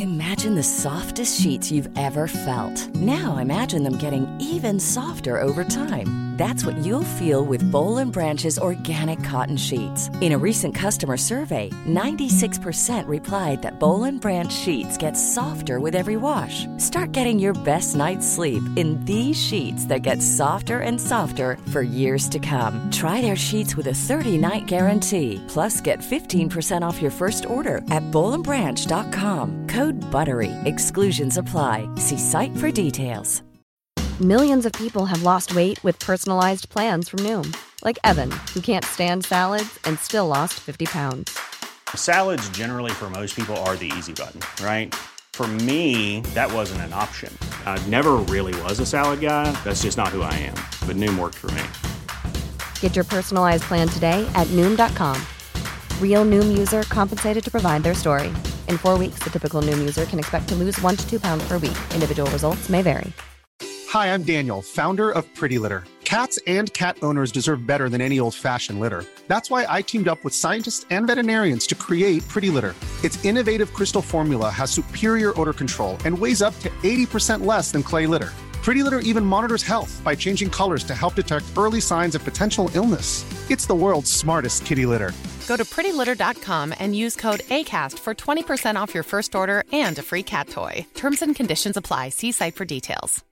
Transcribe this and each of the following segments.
Imagine the softest sheets you've ever felt. Now imagine them getting even softer over time. That's what you'll feel with Boll and Branch's organic cotton sheets. In a recent customer survey, 96% replied that Boll and Branch sheets get softer with every wash. Start getting your best night's sleep in these sheets that get softer and softer for years to come. Try their sheets with a 30-night guarantee. Plus, get 15% off your first order at bollandbranch.com. Code BUTTERY. Exclusions apply. See site for details. Millions of people have lost weight with personalized plans from Noom. Like Evan, who can't stand salads and still lost 50 pounds. Salads generally for most people are the easy button, right? For me, that wasn't an option. I never really was a salad guy. That's just not who I am. But Noom worked for me. Get your personalized plan today at Noom.com. Real Noom user compensated to provide their story. In 4 weeks, the typical Noom user can expect to lose 1 to 2 pounds per week. Individual results may vary. Hi, I'm Daniel, founder of Pretty Litter. Cats and cat owners deserve better than any old-fashioned litter. That's why I teamed up with scientists and veterinarians to create Pretty Litter. Its innovative crystal formula has superior odor control and weighs up to 80% less than clay litter. Pretty Litter even monitors health by changing colors to help detect early signs of potential illness. It's the world's smartest kitty litter. Go to prettylitter.com and use code ACAST for 20% off your first order and a free cat toy. Terms and conditions apply. See site for details.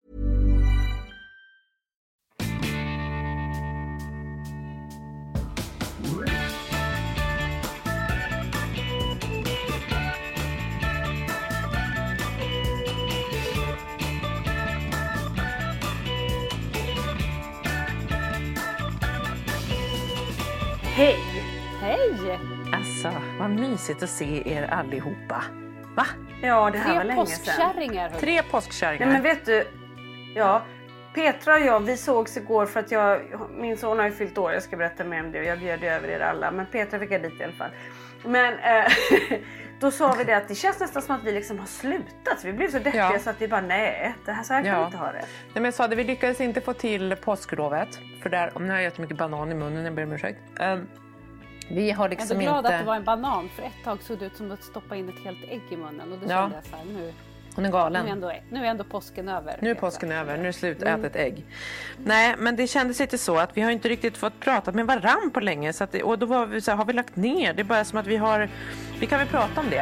Hej! Hej! Alltså, vad mysigt att se er allihopa. Va? Ja, det här var 3 länge sedan. påskkärringar. 3 påskkärringar. Nej, men vet du, ja, Petra och jag, vi sågs igår för att min son har ju fyllt år, jag ska berätta mer om det och jag bjöd över er alla, men Petra fick jag dit i alla fall. Men då sa vi det att det känns nästan som att vi liksom har slutat, så vi blev så deppiga så att vi bara nej, det här så här kan vi inte ha det. Nej, men jag sa det, vi lyckades inte få till påsklovet, för där, om nu har jag jättemycket banan i munnen, jag ber om ursäkt. Vi har liksom jag är glad inte... att det var en banan, för ett tag såg det ut som att stoppa in ett helt ägg i munnen. Och då kände jag så här, nu... Hon är galen. Nu är ändå påsken över. Nu är påsken över, nu är det slut, ät ett ägg. Nej, men det kändes lite så att vi har inte riktigt fått prata med varann på länge. Så att och då var vi så här, har vi lagt ner? Det är bara som att vi kan väl prata om det.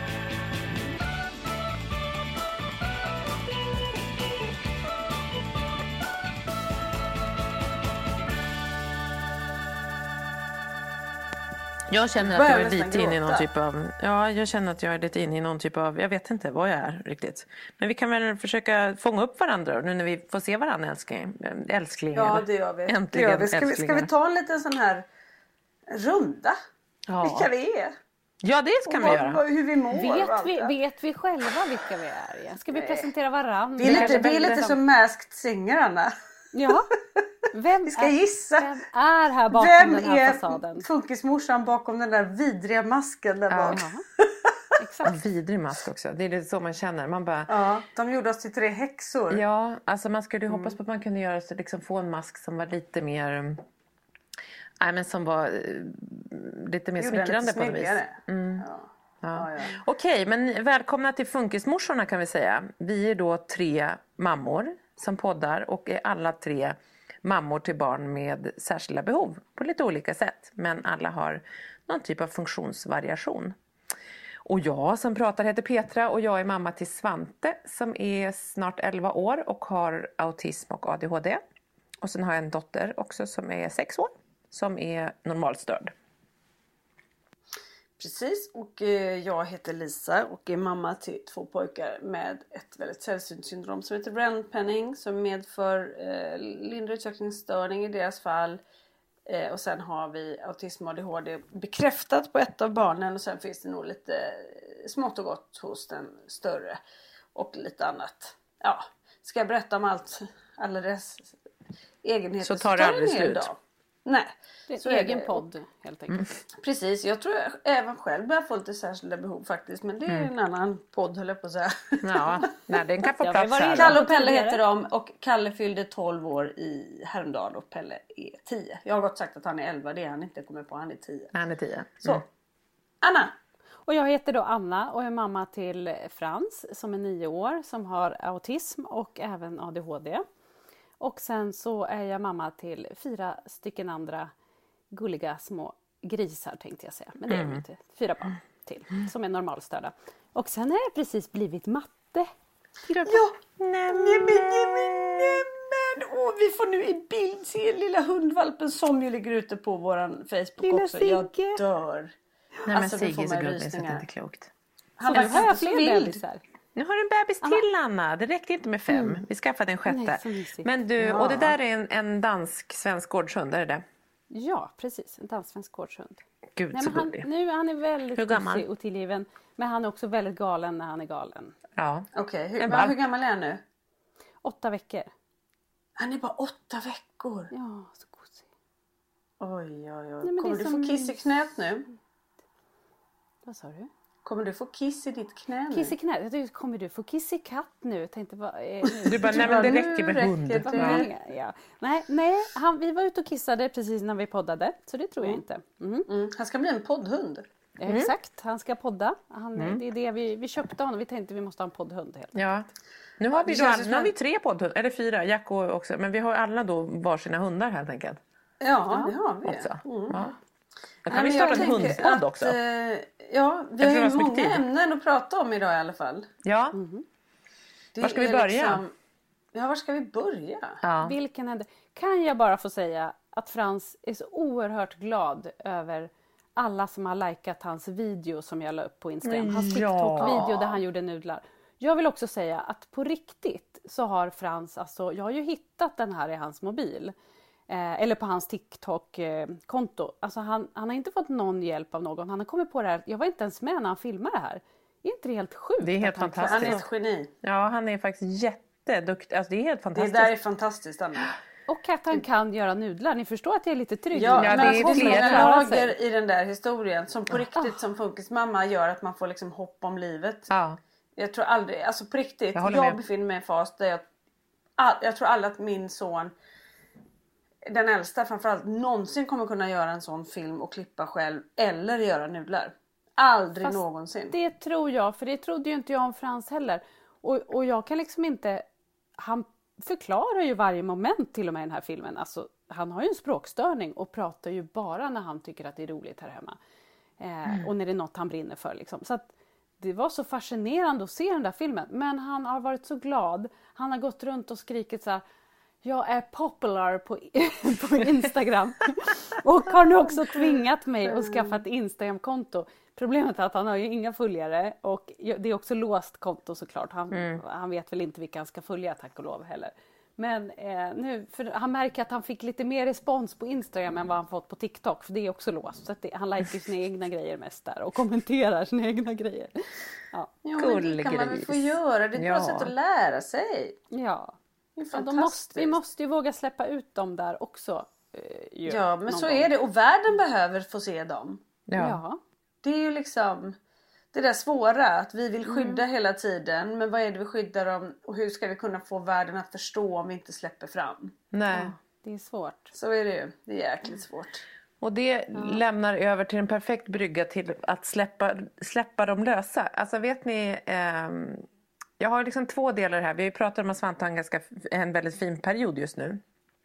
Jag känner att jag är lite inne i någon typ av... Ja, jag känner att jag är lite inne i någon typ av... Jag vet inte vad jag är riktigt. Men vi kan väl försöka fånga upp varandra nu när vi får se varandra, älsklingar. Ja, det gör vi. Äntligen, ska vi ta en liten sån här runda? Ja. Vilka vi är? Ja, det ska vi göra. Hur vi mår. Vet vi själva vilka vi är igen? Ska vi presentera varandra? Vi är lite som Masked Singer, Anna. Ja. Vi ska gissa. Vem är här bakom den här fasaden? Vem är funkismorsan bakom den där vidriga masken där bak? Exakt. En vidrig mask också. Det är lite så man känner. Man bara... Ja, de gjorde oss till 3 häxor. Ja, alltså man skulle hoppas på att man kunde göra så, liksom få en mask som var lite mer... Nej, men som var lite mer smickrande på något vis. Ja. Okej, men välkomna till Funkismorsorna kan vi säga. Vi är då 3 mammor som poddar och är alla 3 mammor till barn med särskilda behov på lite olika sätt. Men alla har någon typ av funktionsvariation. Och jag som pratar heter Petra och jag är mamma till Svante som är snart 11 år och har autism och ADHD. Och sen har jag en dotter också som är 6 år som är normalstörd. Precis, och jag heter Lisa och är mamma till 2 pojkar med ett väldigt sällsynt syndrom som heter Brenpenning som medför lindrig utvecklingsstörning i deras fall. Och sen har vi autism och ADHD bekräftat på ett av barnen och sen finns det nog lite smått och gott hos den större och lite annat. Ja, ska jag berätta om alla dess egenheter så tar det aldrig slut. Dag. Nej. Det är en egen podd helt enkelt. Precis, jag tror jag även själv börjar få lite särskilda behov faktiskt. Men det är en annan podd höll jag på att säga. Ja, nej, den kan få plats här. Kalle och Pelle heter de och Kalle fyllde 12 år i häromdagen och Pelle är 10. Jag har gått sagt att han är 11, det är han inte, kommer på han är 10. Han är 10. Så, Anna. Och jag heter då Anna och är mamma till Frans som är 9 år, som har autism och även ADHD. Och sen så är jag mamma till 4 stycken andra gulliga små grisar, tänkte jag säga. Men det är inte 4 barn till som är normalstörda. Och sen har jag precis blivit matte. Ja, nämen. Och vi får nu i bild se lilla hundvalpen som ju ligger ute på våran Facebook lilla också. Sigge. Jag dör. Nej, men Sigge är så gullig så det är inte klokt. Han Nu har jag fler bebisar. Nu har du en bebis till, Anna. Det räckte inte med 5. Vi skaffade en 6:e. Nej, Men du, och det där är en dansk-svensk gårdshund, är det? Ja, precis. En dansk-svensk gårdshund. Gud, Nej, så men gullig. han är väldigt Hur gammal? gosig och tillgiven. Men han är också väldigt galen när han är galen. Ja. Okej, hur gammal är han nu? 8 veckor. Han är bara 8 veckor. Ja, så gosig. Oj. Nej, Kommer du få kiss i knät nu? Vad sa du? Kommer du få kiss i ditt knä nu? Kiss i knät? Jag tänkte, kommer du få kiss i katt nu? Jag tänkte, Du bara, nej men det räcker med hund. Ja. Nej, vi var ute och kissade precis när vi poddade. Så det tror jag inte. Han ska bli en poddhund. Exakt, han ska podda. Det är det vi köpte honom. Vi tänkte vi måste ha en poddhund helt. Ja. Nu har vi 3 poddhundar, eller 4, Jacko också. Men vi har alla då varsina hundar helt enkelt. Ja, det har vi. Också. Ja. Då kan vi starta en hundpodd också. Ja, vi har ju många ämnen att prata om idag i alla fall. Ja. Var ska vi börja? Var ska vi börja? Ja. Vilken ände? Kan jag bara få säga att Frans är så oerhört glad över alla som har likat hans video som jag la upp på Instagram. Hans TikTok-video där han gjorde nudlar. Jag vill också säga att på riktigt så har Frans, alltså jag har ju hittat den här i hans mobil. Eller på hans TikTok-konto. Alltså han har inte fått någon hjälp av någon. Han har kommit på det här. Jag var inte ens med när han filmade det här. Är inte det helt sjukt? Det är helt fantastiskt. Han är ett geni. Ja, han är faktiskt jätteduktig. Alltså det är helt fantastiskt. Det där är fantastiskt, Anna. Och att han kan göra nudlar. Ni förstår att jag är lite trygg. Ja, det men är så många flera lager i den där historien som på riktigt som funkismamma gör att man får liksom hopp om livet. Ja. Jag tror aldrig, alltså på riktigt, jag befinner mig i en fas där jag tror aldrig att min son, den äldsta framförallt, någonsin kommer kunna göra en sån film och klippa själv eller göra nudlar. Aldrig någonsin. Det tror jag, för det trodde ju inte jag om Frans heller. Och jag kan liksom inte, han förklarar ju varje moment till och med i den här filmen. Alltså, han har ju en språkstörning och pratar ju bara när han tycker att det är roligt här hemma. Och när det är något han brinner för liksom. Så att det var så fascinerande att se den där filmen. Men han har varit så glad. Han har gått runt och skrikit så här: jag är popular på Instagram. Och har nu också tvingat mig att skaffa ett Instagram-konto. Problemet är att han har ju inga följare. Och det är också låst konto såklart. Han vet väl inte vilka han ska följa, tack och lov heller. Men nu, för han märker att han fick lite mer respons på Instagram än vad han fått på TikTok. För det är också låst. Så att han likar sina egna grejer mest där. Och kommenterar sina egna grejer. Ja, men det kan man väl få göra. Det är ett bra sätt att lära sig. Ja. Vi måste ju våga släppa ut dem där också. Ja, men så är det. Och världen behöver få se dem. Ja. Det är ju liksom det där svåra. Att vi vill skydda hela tiden. Men vad är det vi skyddar om? Och hur ska vi kunna få världen att förstå om vi inte släpper fram? Nej. Ja, det är svårt. Så är det ju. Det är jäkligt svårt. Och det lämnar över till en perfekt brygga till att släppa dem lösa. Alltså vet ni... jag har liksom 2 delar här. Vi har ju pratat om att Svante har en väldigt fin period just nu.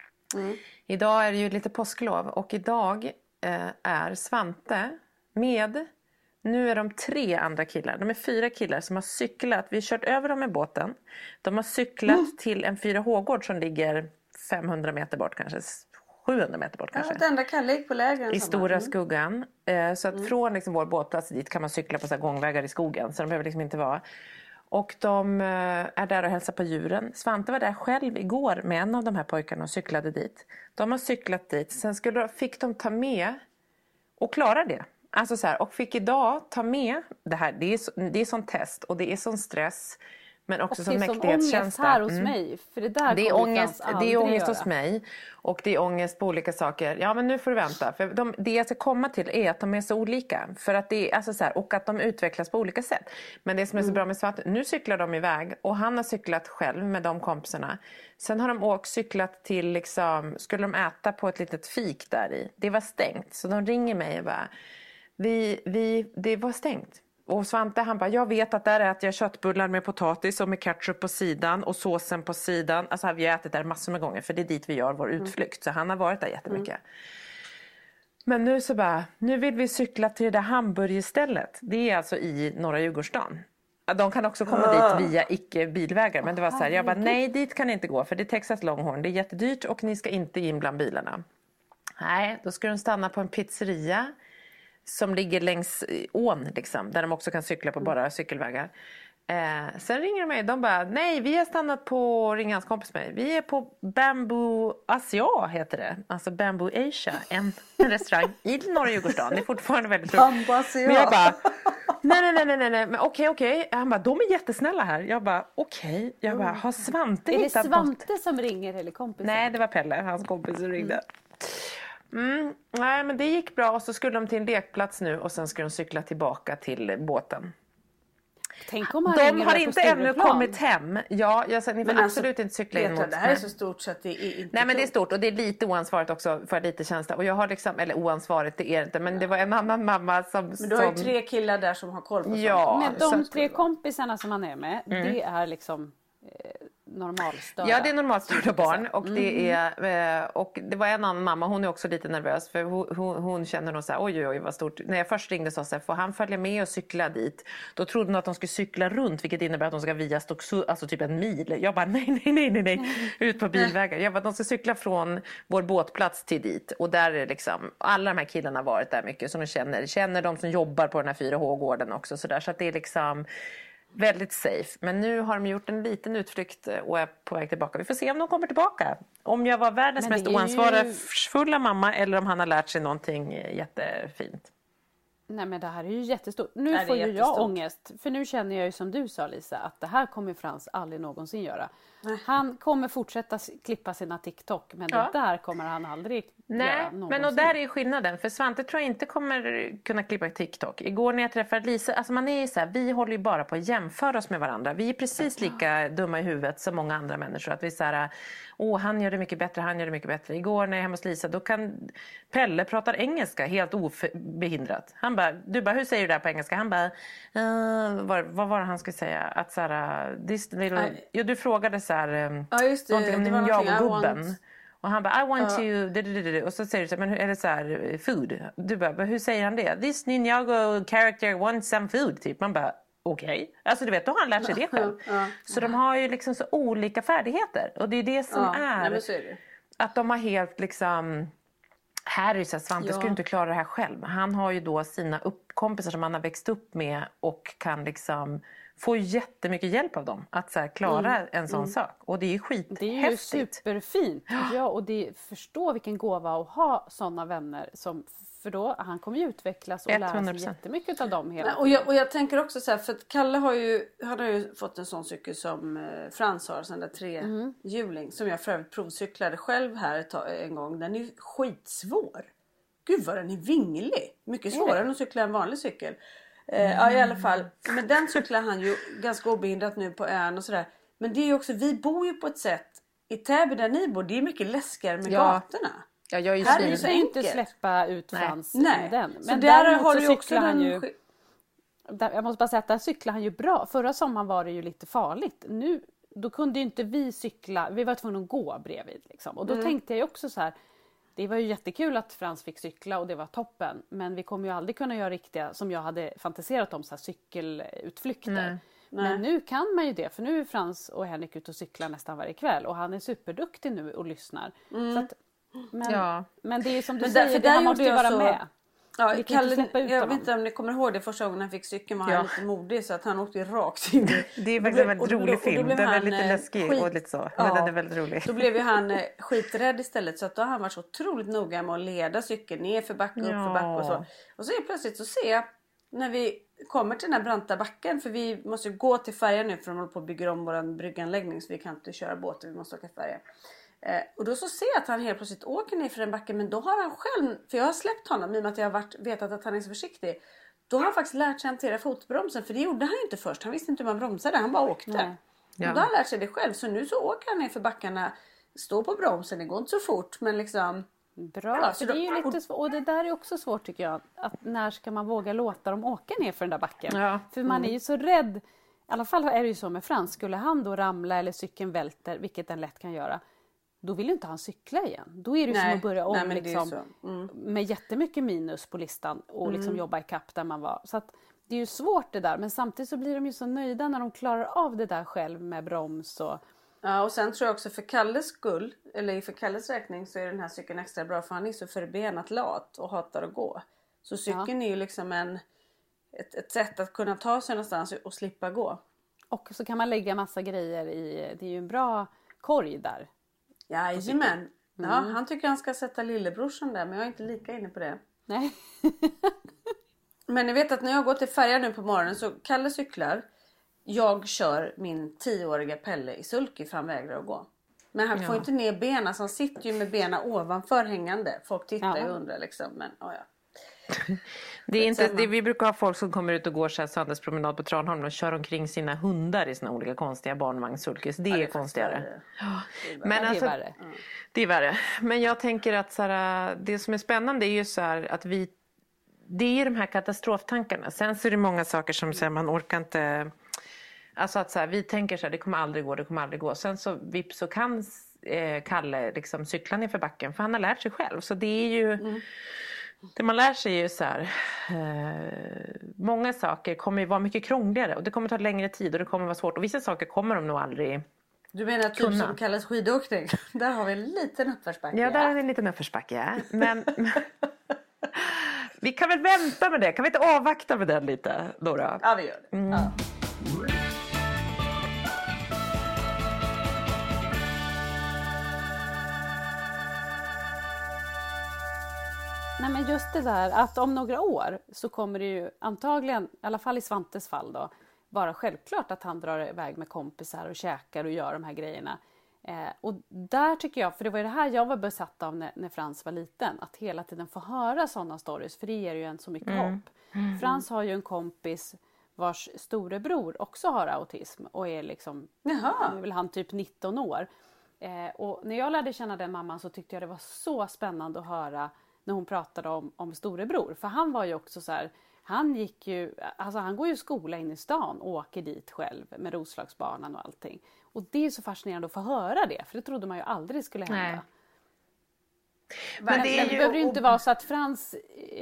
Idag är det ju lite påsklov. Och idag är Svante med... Nu är de 3 andra killar. De är 4 killar som har cyklat. Vi har kört över dem med båten. De har cyklat till en 4H-gård som ligger 500 meter bort kanske. 700 meter bort kanske. Ja, det enda Kalle gick på lägren. I stora skuggan. Så att från liksom vår båtplats dit kan man cykla på så här gångvägar i skogen. Så de behöver liksom inte vara. Och de är där och hälsar på djuren. Svante var där själv igår med en av de här pojkarna och cyklade dit. De har cyklat dit. Sen fick de ta med och klara det. Alltså så här, och fick idag ta med det här. Det är sån test och det är sån stress. Men också som mäktighetskänsla. Här hos mig. För det är ångest hos mig. Och det är ångest på olika saker. Ja, men nu får du vänta. För det jag ska komma till är att de är så olika. För att det är, alltså så här, och att de utvecklas på olika sätt. Men det som är så bra med Svante, nu cyklar de iväg. Och han har cyklat själv med de kompisarna. Sen har de cyklat till liksom, skulle de äta på ett litet fik där i. Det var stängt. Så de ringer mig och bara, det var stängt. Och Svante han bara, jag vet att där äter jag köttbullar med potatis och med ketchup på sidan och såsen på sidan. Alltså vi har ätit där massor med gånger för det är dit vi gör vår utflykt. Så han har varit där jättemycket. Men nu så bara, nu vill vi cykla till det där hamburgerstället. Det är alltså i norra Djurgårdsstaden. De kan också komma dit via icke-bilvägar. Men det var så här, jag bara, nej dit kan ni inte gå för det är Texas Longhorn. Det är jättedyrt och ni ska inte in bland bilarna. Nej, då ska de stanna på en pizzeria som ligger längs ån liksom, där de också kan cykla på bara cykelvägar. Sen ringer de mig, de bara, nej vi har stannat på, ringa hans kompis med mig. Vi är på Bamboo Asia heter det, alltså Bamboo Asia, en restaurang i norra Djurgårdsstaden. Det är fortfarande väldigt roligt. Men jag bara, nej, men okej. Han bara, de är jättesnälla här. Jag bara, okej. Jag bara, har Svante hittat Är det Svante som ringer eller kompisen? Nej, det var Pelle, hans kompis som ringde. Nej men det gick bra och så skulle de till en lekplats nu och sen ska de cykla tillbaka till båten. Tänk om de har inte ännu kommit hem. Ja, jag sa, ni får absolut inte cykla in mot. Det här är så stort så att det är inte. Nej men det är stort och det är lite oansvarigt också för lite känsla. Och jag har liksom, eller oansvarigt det är inte, men det var en annan mamma som. Men du har ju 3 killar där som har koll på sånt. Ja. Men de 3 kompisarna som han är med, det är liksom normalstörda. Ja, det är normalstörda barn och det är och det var en annan mamma, hon är också lite nervös för hon känner nog så här, oj vad stort. När jag först ringde så får han följa med och cykla dit. Då trodde hon att de skulle cykla runt, vilket innebär att de ska via alltså typ en mil. Jag bara nej ut på bilvägar. Jag bara de ska cykla från vår båtplats till dit och där är liksom alla de här killarna har varit där mycket så de känner de som jobbar på den här 4H-gården också så där så att det är liksom väldigt safe. Men nu har de gjort en liten utflykt och är på väg tillbaka. Vi får se om de kommer tillbaka. Om jag var världens mest oansvariga mamma eller om han har lärt sig någonting jättefint. Nej men det här är ju jättestort. Nu får ju jag ångest. För nu känner jag ju som du sa Lisa att det här kommer Frans aldrig någonsin göra. Han kommer fortsätta klippa sina TikTok men det där kommer han aldrig göra någonsin. Men och där är skillnaden. För Svante tror jag inte kommer kunna klippa TikTok. Igår när jag träffade Lisa, alltså man är ju så här, vi håller ju bara på att jämföra oss med varandra. Vi är precis lika dumma i huvudet som många andra människor. Att vi är så här, han gör det mycket bättre, Igår när jag är hemma hos Lisa, då kan Pelle pratar engelska helt obehindrat. Han bara, hur säger du det här på engelska? Han bara, vad var det han skulle säga? Att så här, du frågade så här, någonting om Ninjago-gubben. Och han bara, I want you, och så säger du så här, men är det så här, food? Du bara, hur säger han det? This Ninjago character wants some food, typ. Man bara, okej. Alltså du vet, då har han lärt sig det själv. Så de har ju liksom så olika färdigheter. Och det är det som att de har helt liksom. Här är ju så att Svante skulle inte klara det här själv. Han har ju då sina kompisar som han har växt upp med och kan liksom få jättemycket hjälp av dem att så här klara en sån sak. Och det är ju skithäftigt. Det är ju superfint. Ja, och förstå vilken gåva att ha sådana vänner som. För då, han kommer ju utvecklas och lära sig jättemycket av dem hela tiden. Och jag tänker också så här, för att Kalle har ju fått en sån cykel som Frans har, sån där 3-hjuling. Som jag för övrigt provcyklade själv här en gång. Den är skitsvår. Gud vad den är vinglig. Mycket svårare än att cykla en vanlig cykel. Ja i alla fall. Men den cyklar han ju ganska obehindrat nu på ön och sådär. Men det är ju också, vi bor ju på ett sätt i Täby där ni bor. Det är mycket läskigare med gatorna. Ja, jag är ju här är så inte släppa ut Frans den. Men så där har du också han ju. Jag måste bara säga att där cyklar han ju bra. Förra sommaren var det ju lite farligt. Nu då kunde ju inte vi cykla. Vi var tvungna att gå bredvid liksom. Och då tänkte jag ju också så här. Det var ju jättekul att Frans fick cykla och det var toppen. Men vi kommer ju aldrig kunna göra riktiga som jag hade fantiserat om så här cykelutflykter. Nej. Men nu kan man ju det. För nu är Frans och Henrik ute och cyklar nästan varje kväll. Och han är superduktig nu och lyssnar. Så att, men det är som du säger, han måste ju vara med. Ja, Kalle, jag vet inte om ni kommer ihåg det första gången han fick cykeln var han lite modig så att han åkte rakt in. Det är faktiskt en väldigt rolig film. Den är lite läskig och lite så. Men den är väldigt rolig. Då blev ju han skiträdd istället så att då har han varit så otroligt noga med att leda cykeln ner för backe, upp för backe och så. Och så är plötsligt så ser jag när vi kommer till den här branta backen för vi måste ju gå till färjan nu för de håller på att bygga om våran brygganläggning så vi kan inte köra båt, vi måste åka färja. Och då så ser jag att han helt plötsligt åker ner för den backen. Men då har han själv, för jag har släppt honom i och med att jag har vetat att han är så försiktig. Då har han faktiskt lärt sig hantera fotbromsen. För det gjorde han ju inte först, han visste inte hur man bromsade, han bara åkte. Och då har han lärt sig det själv. Så nu så åker han ner för backarna, står på bromsen, det går inte så fort. Men liksom, Bra, ja, för det är ju lite svårt. Och det där är också svårt tycker jag. Att när ska man våga låta dem åka ner för den där backen? Ja. För man är ju så rädd. I alla fall är det ju så med Frans. Skulle han då ramla eller cykeln välter, vilket den lätt kan göra. Då vill ju inte han cykla igen. Då är det ju som att börja om liksom, med jättemycket minus på listan. Och liksom jobba i kapp där man var. Så att det är ju svårt det där. Men samtidigt så blir de ju så nöjda när de klarar av det där själv med broms och... Ja, och sen tror jag också för Kalles skull, eller för Kalles räkning, så är den här cykeln extra bra för han är så förbenat lat och hatar att gå. Så cykeln är ju liksom ett sätt att kunna ta sig någonstans och slippa gå. Och så kan man lägga massa grejer i, det är ju en bra korg där. Jajamän. Ja, han tycker han ska sätta lillebrorsan där, men jag är inte lika inne på det. Nej. Men ni vet att när jag går till färjan nu på morgonen så Kalle cyklar. Jag kör min 10-åriga Pelle i sulky för han vägrar att gå. Men han får inte ner benen så han sitter ju med benen ovanför hängande. Folk tittar ju och undrar liksom. Men det är inte, vi brukar ha folk som kommer ut och går så här söndagspromenad på Tranholm och kör omkring sina hundar i sina olika konstiga barnvagnssulkys. Det är konstigare. Men alltså, det är värre. Men jag tänker att så här, det som är spännande är ju så här att det är de här katastroftankarna. Sen så är det många saker som säger man orkar inte... Alltså att så här, vi tänker så här, det kommer aldrig gå. Sen så vips så kan Kalle liksom cykla ner för backen. För han har lärt sig själv. Så det är ju... Det man lär sig är ju så här... många saker kommer ju vara mycket krångligare. Och det kommer ta längre tid och det kommer vara svårt. Och vissa saker kommer de nog aldrig... Du menar typ som kallas skidåkning? Där har vi en liten uppförsbacke. Ja, där är en liten uppförsbacke, ja. Men... vi kan väl vänta med det. Kan vi inte avvakta med den lite, Dora? Ja, vi gör det. Ja. Nej, men just det där att om några år så kommer det ju antagligen, i alla fall i Svantes fall då, vara självklart att han drar iväg med kompisar och käkar och gör de här grejerna. Och där tycker jag, för det var ju det här jag var besatt av när Frans var liten, att hela tiden få höra sådana stories, för det ger ju en så mycket hopp. Frans har ju en kompis vars storebror också har autism och är liksom, nu är väl han typ 19 år. Och när jag lärde känna den mamman så tyckte jag det var så spännande att höra när hon pratade om storebror. För han var ju också så här, han går ju skola in i stan och åker dit själv med Roslagsbanan och allting. Och det är så fascinerande att få höra det, för det trodde man ju aldrig skulle hända. Nej. Men det behöver ju inte vara så att Frans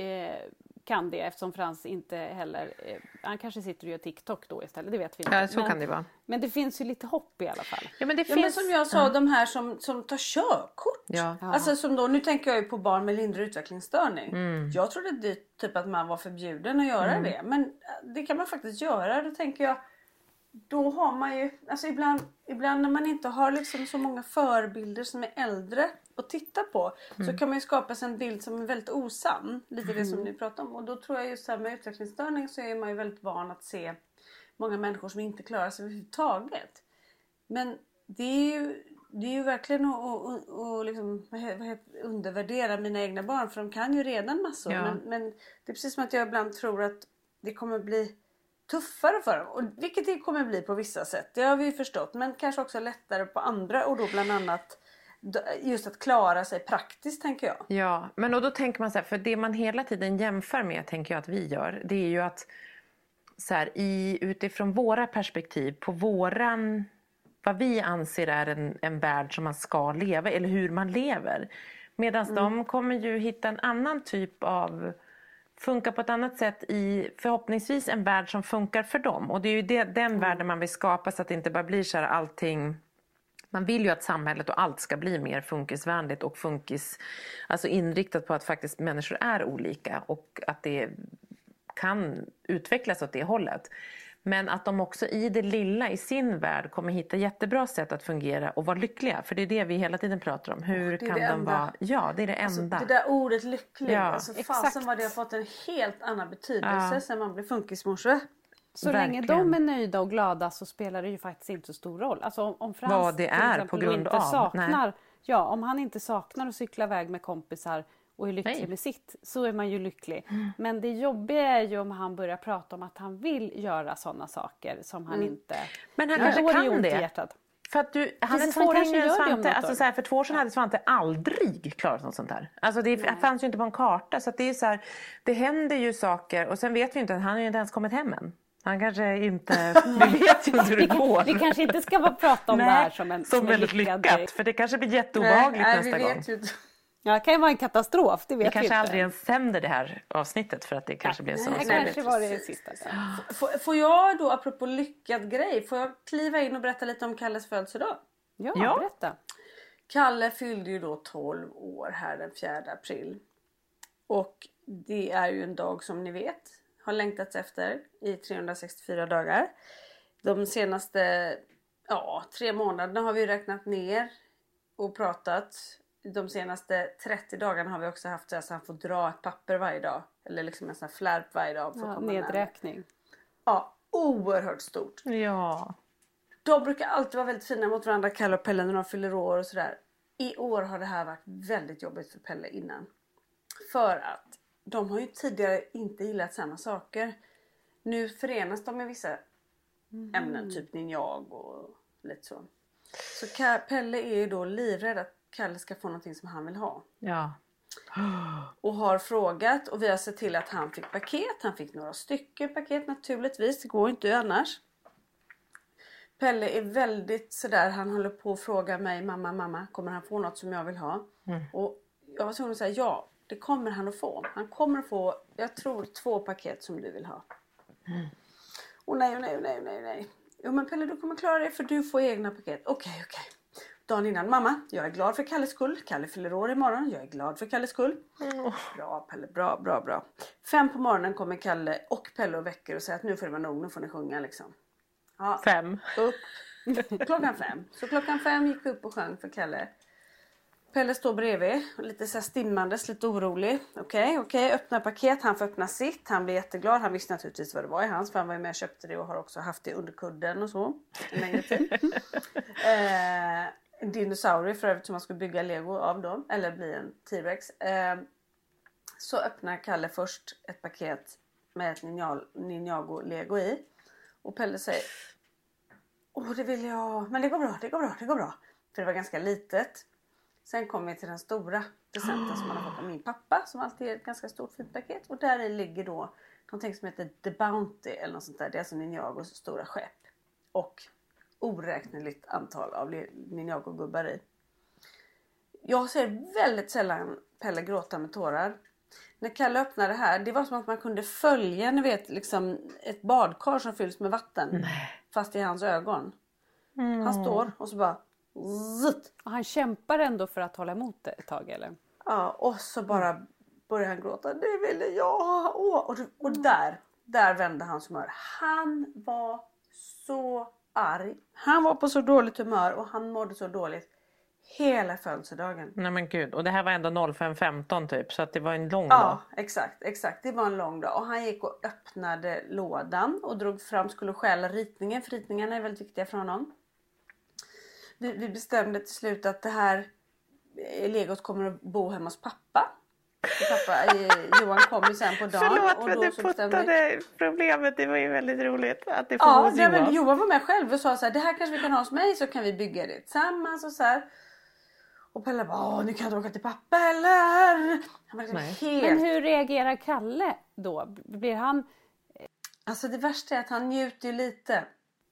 kan det, eftersom Frans inte heller, han kanske sitter och gör TikTok då istället, det vet vi inte. Ja, så kan det vara. Men det finns ju lite hopp i alla fall. Ja, men som jag sa, de här som tar körkort. Ja. Alltså som då, nu tänker jag ju på barn med lindrig utvecklingsstörning. Jag trodde det typ att man var förbjuden att göra det. Men det kan man faktiskt göra, då tänker jag. Då har man ju, alltså ibland när man inte har liksom så många förebilder som är äldre att titta på, så kan man ju skapa sig en bild som är väldigt osann. Lite det som ni pratar om. Och då tror jag just så här med utvecklingsstörning så är man ju väldigt van att se många människor som inte klarar sig överhuvudtaget. Men det är ju verkligen att liksom, undervärdera mina egna barn, för de kan ju redan massor. Ja. Men det är precis som att jag ibland tror att det kommer bli tuffare för dem. Och vilket det kommer bli på vissa sätt. Det har vi ju förstått. Men kanske också lättare på andra. Och då bland annat just att klara sig praktiskt, tänker jag. Ja, men och då tänker man så här. För det man hela tiden jämför med, tänker jag att vi gör. Det är ju att så här, utifrån våra perspektiv. På vad vi anser är en värld som man ska leva. Eller hur man lever. Medan de kommer ju hitta en annan typ av... Funkar på ett annat sätt i förhoppningsvis en värld som funkar för dem. Och det är ju den världen man vill skapa, så att det inte bara blir så här allting. Man vill ju att samhället och allt ska bli mer funkisvänligt och alltså inriktat på att faktiskt människor är olika. Och att det kan utvecklas åt det hållet. Men att de också i det lilla i sin värld kommer hitta jättebra sätt att fungera och vara lyckliga. För det är det vi hela tiden pratar om. Hur kan de vara... Ja, det är det enda. Alltså, det där ordet lycklig. Ja, alltså, fasen vad det har fått en helt annan betydelse sen man blev funkismorsa. Så länge de är nöjda och glada så spelar det ju faktiskt inte så stor roll. Alltså om Frans vad det är på grund inte saknar... Ja, om han inte saknar att cykla iväg med kompisar och är lycklig med sitt, så är man ju lycklig. Men det jobbiga är ju om han börjar prata om att han vill göra sådana saker som han inte... Men han kanske kan det. För att han är 2 år yngre än Svante. Alltså så här, för 2 år sedan hade Svante aldrig klarat något sånt här. Alltså det fanns ju inte på en karta. Så att det är så här, det händer ju saker. Och sen vet vi inte, han har ju inte ens kommit hem än. Han kanske inte, vi vet ju inte hur det går. Vi kanske inte ska bara prata om det här som väldigt lyckat. För det kanske blir jätteobehagligt nästa gång. Ja, det kan ju vara en katastrof, det vet vi kanske aldrig ens sänder det här avsnittet för att det kanske blir så. Det kanske var det sista. Får jag då, apropå lyckad grej, får jag kliva in och berätta lite om Kalles födelsedag? Ja, berätta. Kalle fyllde ju då 12 år här den 4 april. Och det är ju en dag som ni vet har längtats efter i 364 dagar. De senaste 3 månaderna har vi räknat ner och pratat. De senaste 30 dagarna har vi också haft så att han får dra ett papper varje dag. Eller liksom en sån här flärp varje dag. För att komma nedräkning. nära. Ja, oerhört stort. Ja. De brukar alltid vara väldigt fina mot varandra, Kalle och Pelle, när de fyller år och sådär. I år har det här varit väldigt jobbigt för Pelle innan. För att de har ju tidigare inte gillat samma saker. Nu förenas de med vissa ämnen, typ ninjag och lite så. Så Pelle är ju då livrädd att Kalle ska få någonting som han vill ha. Ja. Och har frågat, och vi har sett till att han fick paket. Han fick några stycken paket naturligtvis, det går inte annars. Pelle är väldigt sådär, han håller på att fråga mig, mamma, kommer han få något som jag vill ha? Och jag var tvungen att säga, ja, det kommer han att få. Han kommer att få, jag tror 2 paket som du vill ha. Och nej. Jo men Pelle, du kommer klara det för du får egna paket. Okej. Dagen innan, mamma, jag är glad för Kalles skull. Kalle fyller år imorgon, jag är glad för Kalles skull. Bra Pelle, bra. 5 på morgonen kommer Kalle och Pelle och väcker och säger att nu får det vara nog, nu får ni sjunga liksom. Ja, 5. Upp. Klockan 5. Så klockan 5 gick vi upp och sjöng för Kalle. Pelle står bredvid. Lite så här stimmandes, lite orolig. Okej. Öppna paket. Han får öppna sitt. Han blir jätteglad. Han visste naturligtvis vad det var i hans. För han var ju med och köpte det och har också haft det under kudden och så. En längre tid. En dinosaurie för övrigt som man skulle bygga Lego av då. Eller bli en T-Rex. Så öppnar Kalle först ett paket med ett Ninjago Lego i. Och Pelle säger, det vill jag, men det går bra. För det var ganska litet. Sen kom vi till den stora presenten som man har fått av min pappa, som alltid är ett ganska stort fint paket. Och där i ligger då någonting som heter The Bounty eller något sånt där. Det är alltså Ninjagos stora skepp. Och oräkneligt antal av Ninjago-gubbar i. Jag ser väldigt sällan Pelle gråta med tårar. När Kalle öppnade det här, det var som att man kunde följa, ni vet, liksom ett badkar som fylls med vatten. Nej. Fast i hans ögon. Han står och så bara... Zzzt. Och han kämpar ändå för att hålla emot det ett tag, eller? Ja, och så bara börjar han gråta. Det ville jag ha. Och där vände hans humör. Han var så arg. Han var på så dåligt humör och han mådde så dåligt hela födelsedagen. Nej men gud, och det här var ändå 05.15 typ, så att det var en lång dag. Ja, exakt. Det var en lång dag. Och han gick och öppnade lådan och drog fram, skulle stjäla ritningen. För ritningarna är väldigt viktiga för honom. Vi bestämde till slut att det här legot kommer att bo hemma hos pappa. Johan kom ju sen på dagen. Förlåt, och men då du puttade problemet. Det var ju väldigt roligt att det får hos Johan. Men Johan var med själv och sa så här, det här kanske vi kan ha hos mig, så kan vi bygga det tillsammans och så här. Och Pelle bara, nu kan jag inte åka till pappa eller? Han var liksom helt... Men hur reagerar Kalle då? Blir han... Alltså det värsta är att han njuter ju lite.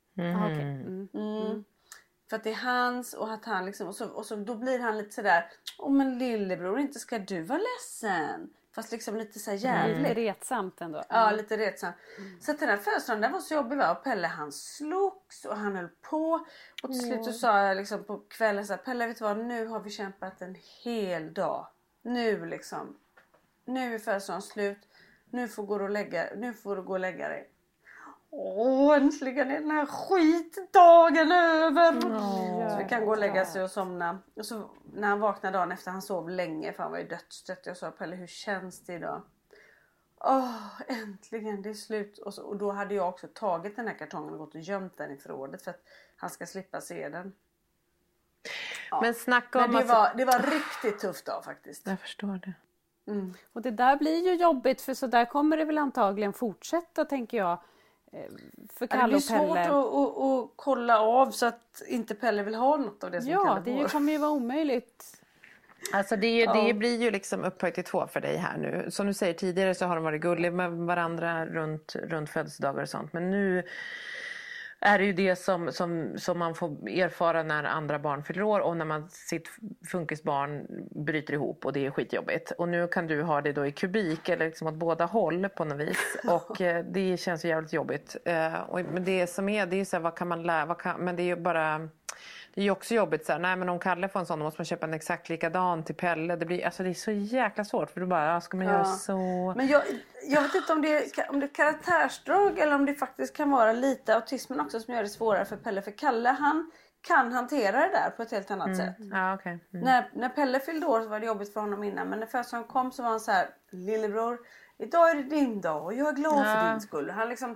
För att det är hans och att han liksom, och så då blir han lite sådär, men lillebror, inte ska du vara ledsen. Fast liksom lite så jävligt. Lite retsamt ändå. Ja, lite retsamt. Så att den här födelsedagen, den var så jobbig, va? Och Pelle, han slogs och han höll på. Och till slut så sa jag liksom på kvällen så här, Pelle, vet du vad, nu har vi kämpat en hel dag. Nu är födelsedagen slut. Nu får du gå och lägga dig. Äntligen är den här skitdagen över. Så vi kan gå och lägga sig och somna. Och så när han vaknade dagen efter, han sov länge för han var ju dödstrött. Jag sa, Pelle, hur känns det idag? Äntligen, det är slut. Och då hade jag också tagit den här kartongen och gått och gömt den i förrådet för att han ska slippa se den. Men snacka om... Men det var riktigt tufft dag faktiskt. Jag förstår det. Och det där blir ju jobbigt, för så där kommer det väl antagligen fortsätta, tänker jag. För Kalle och Pelle. Det blir svårt att kolla av så att inte Pelle vill ha något av det som Kalle får. Ja, det kommer ju vara omöjligt. Alltså det blir ju liksom upphöjt till 2 för dig här nu. Som du säger, tidigare så har de varit gulliga med varandra runt födelsedagar och sånt. Men nu är det ju det som man får erfara när andra barn fyller år och när sitt funkisbarn bryter ihop och det är skitjobbigt. Och nu kan du ha det då i kubik eller liksom åt båda håll på något vis. Och det känns ju jävligt jobbigt. Men det som är, det är ju så här, vad kan man lära? Men det är ju bara... Det är ju också jobbigt så här, nej men om Kalle får en sån då måste man köpa en exakt likadan till Pelle. Det är så jäkla svårt för du bara, ska man göra så... Men jag vet inte om det är karaktärsdrag eller om det faktiskt kan vara lite autismen också som gör det svårare för Pelle. För Kalle, han kan hantera det där på ett helt annat sätt. Ja, okay. När Pelle fyllde år så var det jobbigt för honom innan. Men när födelsen kom så var han så här, lillebror, idag är det din dag och jag är glad för din skull.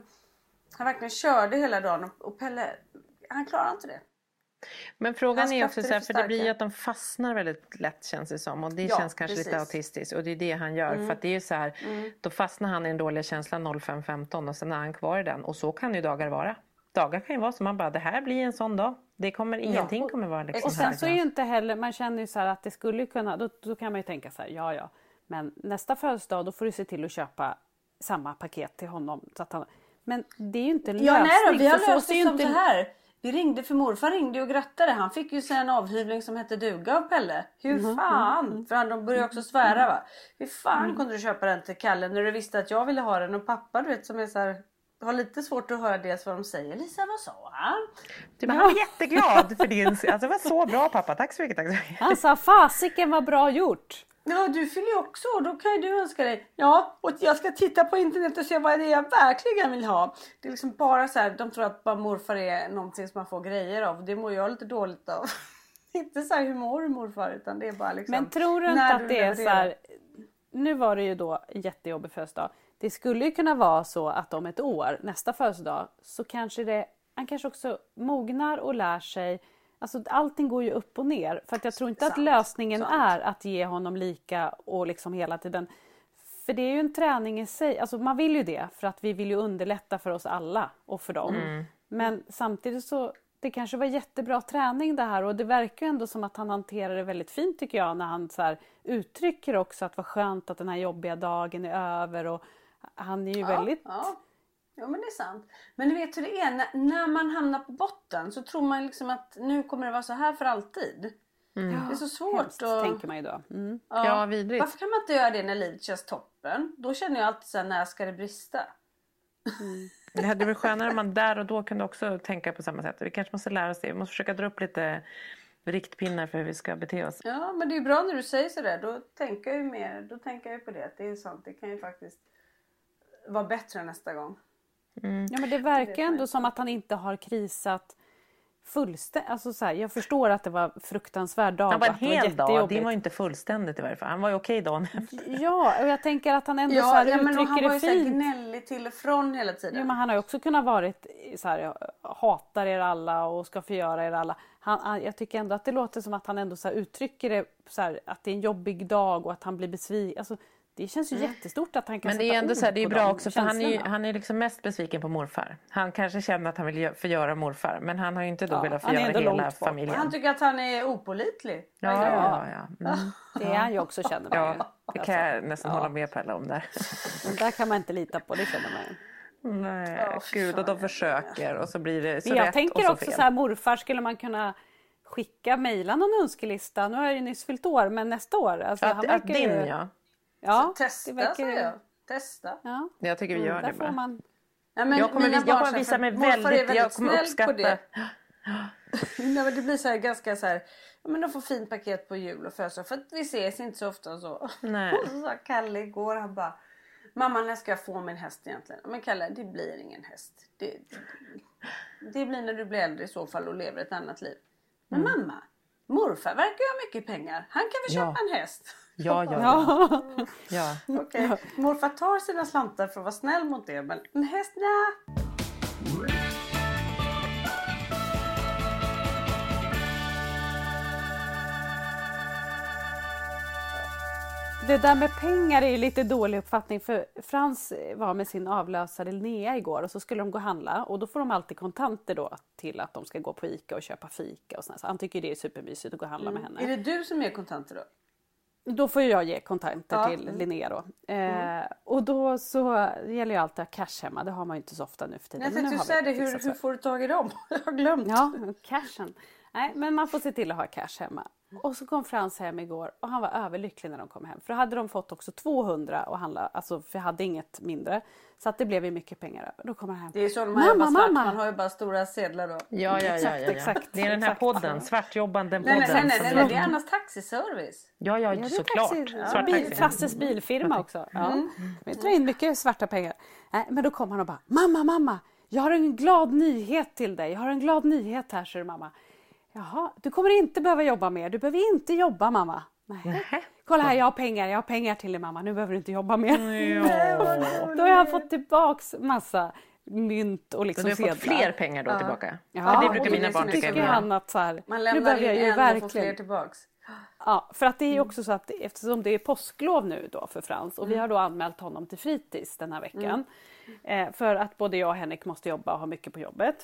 Han verkligen körde hela dagen och Pelle, han klarar inte det. Men frågan är också så här, för det blir ju att de fastnar väldigt lätt känns det som. Och det känns kanske lite autistiskt. Och det är det han gör. För att det är ju så här, då fastnar han i en dålig känsla 05:15 och sen är han kvar i den. Och så kan ju dagar vara. Dagar kan ju vara som man bara, det här blir en sån dag. Det kommer, ingenting kommer vara liksom. Och sen så är ju inte heller, man känner ju så här att det skulle kunna, då kan man ju tänka så här, ja. Men nästa födelsedag då får du se till att köpa samma paket till honom. Så att men det är ju inte en lösning. Nej då, vi har löst det som så här. Vi ringde för morfar ringde och grattade. Han fick ju sig en avhyvling som hette duga av Pelle. Hur fan? För de började också svära va. Hur fan kunde du köpa den till Kalle när du visste att jag ville ha den? Och pappa du vet som är så här, har lite svårt att höra dels vad de säger. Lisa, vad sa han? Han var jätteglad för din... Alltså det var så bra pappa. Tack så mycket. Han sa, fasiken var bra gjort. Ja, du fyller ju också. Då kan ju du önska dig. Ja, och jag ska titta på internet och se vad det är jag verkligen vill ha. Det är liksom bara så här, de tror att bara morfar är någonting som man får grejer av. Det mår jag lite dåligt av. Inte så här, hur mår du morfar? Utan det är bara liksom... Men tror du inte att det är så här... Nu var det ju då en jättejobbig födelsedag. Det skulle ju kunna vara så att om ett år, nästa födelsedag, så kanske han kanske också mognar och lär sig. Alltså allting går ju upp och ner. För att jag tror inte att lösningen är att ge honom lika och liksom hela tiden. För det är ju en träning i sig. Alltså man vill ju det för att vi vill ju underlätta för oss alla och för dem. Men samtidigt så, det kanske var jättebra träning det här. Och det verkar ju ändå som att han hanterar det väldigt fint tycker jag. När han så här uttrycker också att vad skönt att den här jobbiga dagen är över. Och han är ju väldigt... Ja men det är sant. Men du vet hur det är. När man hamnar på botten så tror man liksom att nu kommer det vara så här för alltid. Det är så svårt. Tänker man ju då. Ja, vidrigt. Varför kan man inte göra det när livet känns toppen? Då känner jag alltid så här, när ska det brista? Det hade varit skönare om man där och då kunde också tänka på samma sätt. Vi kanske måste lära oss det. Vi måste försöka dra upp lite riktpinnar för hur vi ska bete oss. Ja, men det är bra när du säger sådär. Då tänker jag ju mer. Då tänker jag på det. Det är sant. Det kan ju faktiskt vara bättre nästa gång. Ja, men det verkar ändå som att han inte har krisat fullständigt. Alltså så här, jag förstår att det var fruktansvärd dag. Han var en hel dag. Det var ju inte fullständigt i varje fall. Han var ju okej dagen efter. Ja, och jag tänker att han ändå så här uttrycker det fint. Han var ju så gnällig till och från hela tiden. Ja, men han har ju också kunnat varit så här, jag hatar er alla och ska förgöra er alla. Jag tycker ändå att det låter som att han ändå så här uttrycker det så här, att det är en jobbig dag och att han blir besviken. Alltså, det känns ju jättestort att han kan. Men det är ändå så här, det är bra också för han är liksom mest besviken på morfar. Han kanske känner att han vill förgöra morfar, men han har ju inte då velat förgöra hela familjen. Han tycker att han är opålitlig. Ja. Det är han ju också, känner man ju. Det kan jag nästan hålla med Pelle om där. Men där kan man inte lita på, det känner man ju. Nej, gud, och de försöker och så blir det så rätt och så fel. Jag tänker också så här, morfar skulle man kunna skicka, mejla någon önskelista. Nu har jag ju nyss fyllt år, men nästa år. Alltså, att din, ja. Ja, testa, säger jag. Testa. Ja. Jag tycker vi gör det bara. Man... Ja, men jag kommer visa mig väldigt, jag kommer uppskatta. Det. Nej, det blir så här ganska så här, men de får fint paket på jul och födelsedag för att vi ses inte så ofta så. Nej. Och så sa Kalle igår, han bara, mamma när ska jag få min häst egentligen? Men Kalle, det blir ingen häst. Det blir när du blir äldre i så fall och lever ett annat liv. Men mamma, morfar verkar ju ha mycket pengar. Han kan väl köpa en häst? Ja. Okej. Morfar tar sina slantar för att vara snäll mot det, men en häst, nej. Det där med pengar är ju lite dålig uppfattning, för Frans var med sin avlösare Linnea igår och så skulle de gå och handla och då får de alltid kontanter då till att de ska gå på Ica och köpa fika och sånt. Så han tycker det är supermysigt att gå och handla med henne. Är det du som ger kontanter då? Då får jag ge kontanter till Linnea då. Och då så gäller ju alltid att ha cash hemma. Det har man ju inte så ofta nu för tiden. Jag tänkte du säga det, hur får du tag i dem? Jag har glömt. Ja, cashen. Nej, men man får se till att ha cash hemma. Och så kom Frans hem igår och han var överlycklig när de kom hem. För då hade de fått också 200 att handla, alltså för jag hade inget mindre. Så att det blev ju mycket pengar över. Då kommer han hem. Det är så de här svart, man har ju bara stora sedlar då. Ja. Exakt. Det är den här podden, svartjobbanden podden. Nej, det är annars taxiservice. Ja, såklart. Frasses bilfirma också. Ja. Vi drar in mycket svarta pengar. Nej, men då kom han och bara, mamma, jag har en glad nyhet till dig. Jag har en glad nyhet här, säger mamma. Jaha, du kommer inte behöva jobba mer. Du behöver inte jobba, mamma. Nej. Kolla här, jag har pengar till dig, mamma. Nu behöver du inte jobba mer. Då har jag fått tillbaks massa mynt och liksom sedlar. Du har fått fler pengar då tillbaka? Ja, det brukar mina barn tycka. Man lämnar in en och får fler tillbaks. Ja, för att det är ju också så att eftersom det är påsklov nu då för Frans och vi har då anmält honom till fritids den här veckan. För att både jag och Henrik måste jobba och ha mycket på jobbet.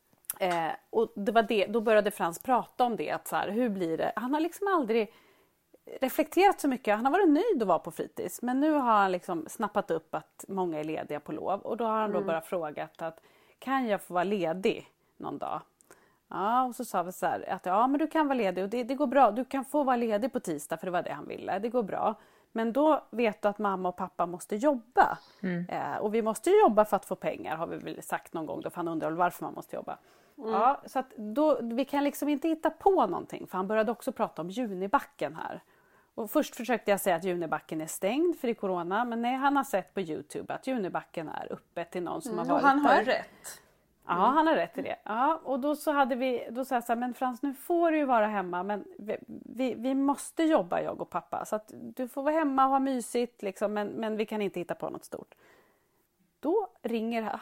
Och det var det, då började Frans prata om det, att så här, hur blir det? Han har liksom aldrig reflekterat så mycket. Han har varit nöjd att vara på fritids, men nu har han liksom snappat upp att många är lediga på lov och då har han då börjat fråga att kan jag få vara ledig någon dag? Ja, och så sa vi så här att ja, men du kan vara ledig och det går bra. Du kan få vara ledig på tisdag, för det var det han ville. Det går bra. Men då vet du att mamma och pappa måste jobba. Och vi måste ju jobba för att få pengar, har vi väl sagt någon gång. Då, för han undrar varför man måste jobba. Ja, så att då, vi kan liksom inte hitta på någonting. För han började också prata om Junibacken här. Och först försökte jag säga att Junibacken är stängd för i corona. Men nej, han har sett på YouTube att Junibacken är uppe till någon som har varit och han har där. rätt. Ja, han har rätt i det. Ja, och då så hade vi, då sa jag så här, men Frans, nu får du ju vara hemma, men vi måste jobba, jag och pappa. Så att du får vara hemma och ha mysigt, liksom, men vi kan inte hitta på något stort. Då ringer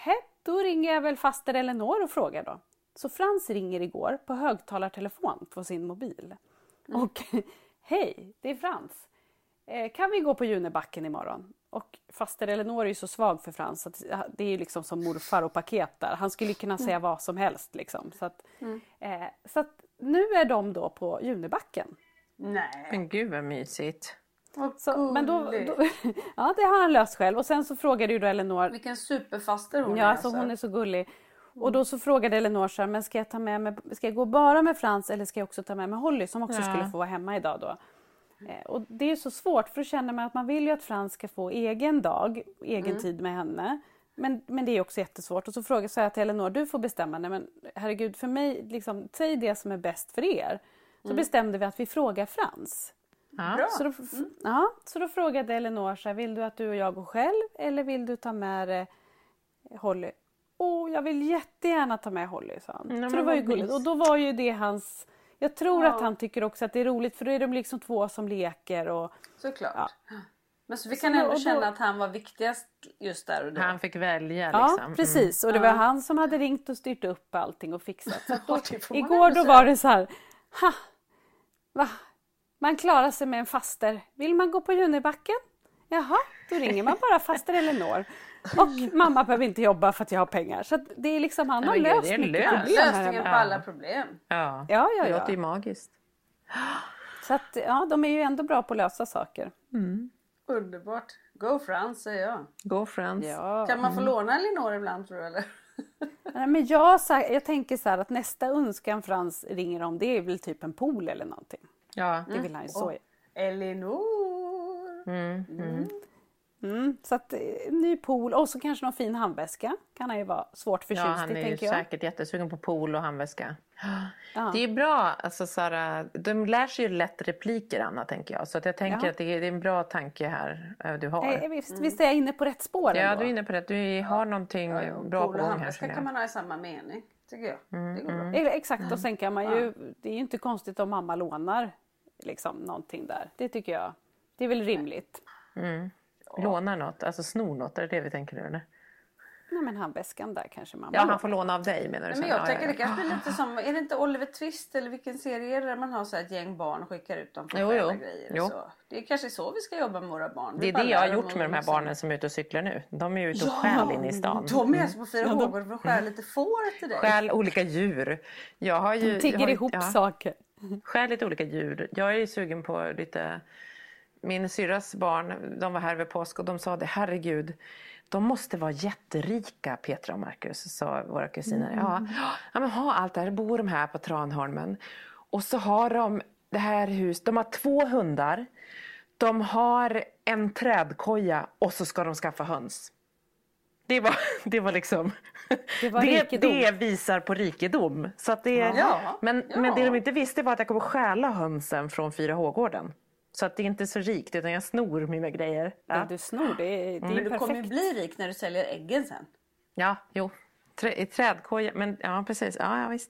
jag väl faster Eleanor och frågar då. Så Frans ringer igår på högtalartelefon på sin mobil. Och hej, det är Frans. Kan vi gå på Junibacken imorgon? Och faster Eleanor är ju så svag för Frans att det är ju liksom som morfar och paket där. Han skulle kunna säga vad som helst liksom. Så att nu är de då på Junibacken. Nej. Men gud vad mysigt. Men då, ja, det har han löst själv. Och sen så frågade ju då Eleanor. Vilken superfaster hon är. Ja, alltså hon är så gullig. Och då så frågade Eleanor så här, men ska jag gå bara med Frans eller ska jag också ta med mig Holly som också skulle få vara hemma idag då? Och det är ju så svårt, för då känner man att man vill ju att Frans ska få egen dag, egen tid med henne. Men det är också jättesvårt. Och så frågar jag till Eleanor, du får bestämma. Nej, men herregud, för mig, liksom, säg det som är bäst för er. Så bestämde vi att vi frågar Frans. Bra. Så då frågade Eleanor så här, vill du att du och jag går själv eller vill du ta med Holly? Jag vill jättegärna ta med Holly, sa han. Så det var ju gulligt. Och då var ju det hans... Jag tror att han tycker också att det är roligt, för då är de liksom två som leker. Och, såklart. Ja. Men så vi kan ändå känna att han var viktigast just där och då. Han fick välja liksom. Ja, precis. Och det var han som hade ringt och styrt upp allting och fixat. Så att igår då var det så här, va? Man klarar sig med en faster. Vill man gå på Junibacken? Jaha, då ringer man bara faster Eleanor. Och mamma behöver inte jobba för att jag har pengar. Så att det är liksom, han har löst mycket problem. Lösningen på alla problem. Ja. Det låter ju magiskt. Så att de är ju ändå bra på att lösa saker. Underbart. Go Frans, säger jag. Go Frans. Ja. Kan man få låna Eleanor ibland, tror du, eller? Nej, men jag tänker så här att nästa önskan Frans ringer om, det är väl typ en pool eller någonting. Ja. Det vill han ju så. Eleanor. Så att ny pool och så kanske någon fin handväska kan han ju vara svårt förtjust i, han är ju säkert jättesugen på pool och handväska. Ja. Det är bra, alltså Sara, de lär sig ju lätt repliker, Anna, tänker jag. Så att jag tänker att det är en bra tanke här du har. Visst är jag inne på rätt spår ändå. Ja, du är inne på rätt. Du har någonting bra på gång här. Handväska kan man ha i samma mening, tycker jag. Det går bra. Exakt, och sen kan man ju, det är ju inte konstigt om mamma lånar liksom någonting där. Det tycker jag, det är väl rimligt. Lånar något, alltså snor något, är det vi tänker nu, eller? Nej, men handväskan där kanske mamma. Ja, han får låna av dig menar du? Nej, men jag tänker det kanske blir lite som, är det inte Oliver Twist eller vilken serie är det där man har så här ett gäng barn och skickar ut dem för själva grejer och så. Det är kanske så vi ska jobba med våra barn. Det är det jag har gjort med de här barnen som är ute och cyklar nu. De är ju ute och stjäl in i stan. De är alltså på 4 hågor för att stjäla lite får till dig. Stjäl olika djur. Jag har ju, de tigger ihop saker. Stjäl lite olika djur. Jag är ju sugen på lite... Min syrras barn, de var här vid påsk och de sa det, herregud, de måste vara jätterika, Petra och Marcus, sa våra kusiner. Ja, men ha allt det här, bor de här på Tranholmen. Och så har de det här huset, de har 2 hundar, de har en trädkoja och så ska de skaffa höns. Det var liksom, det visar på rikedom. Så att det, men det de inte visste var att jag kommer stjäla hönsen från 4H-gården. Så att det är inte så rikt utan jag snor mina grejer. Ja. Det du snor, det är men du kommer ju bli rik när du säljer äggen sen. Ja, jo. I trädkoja, men ja precis. Ja, visst.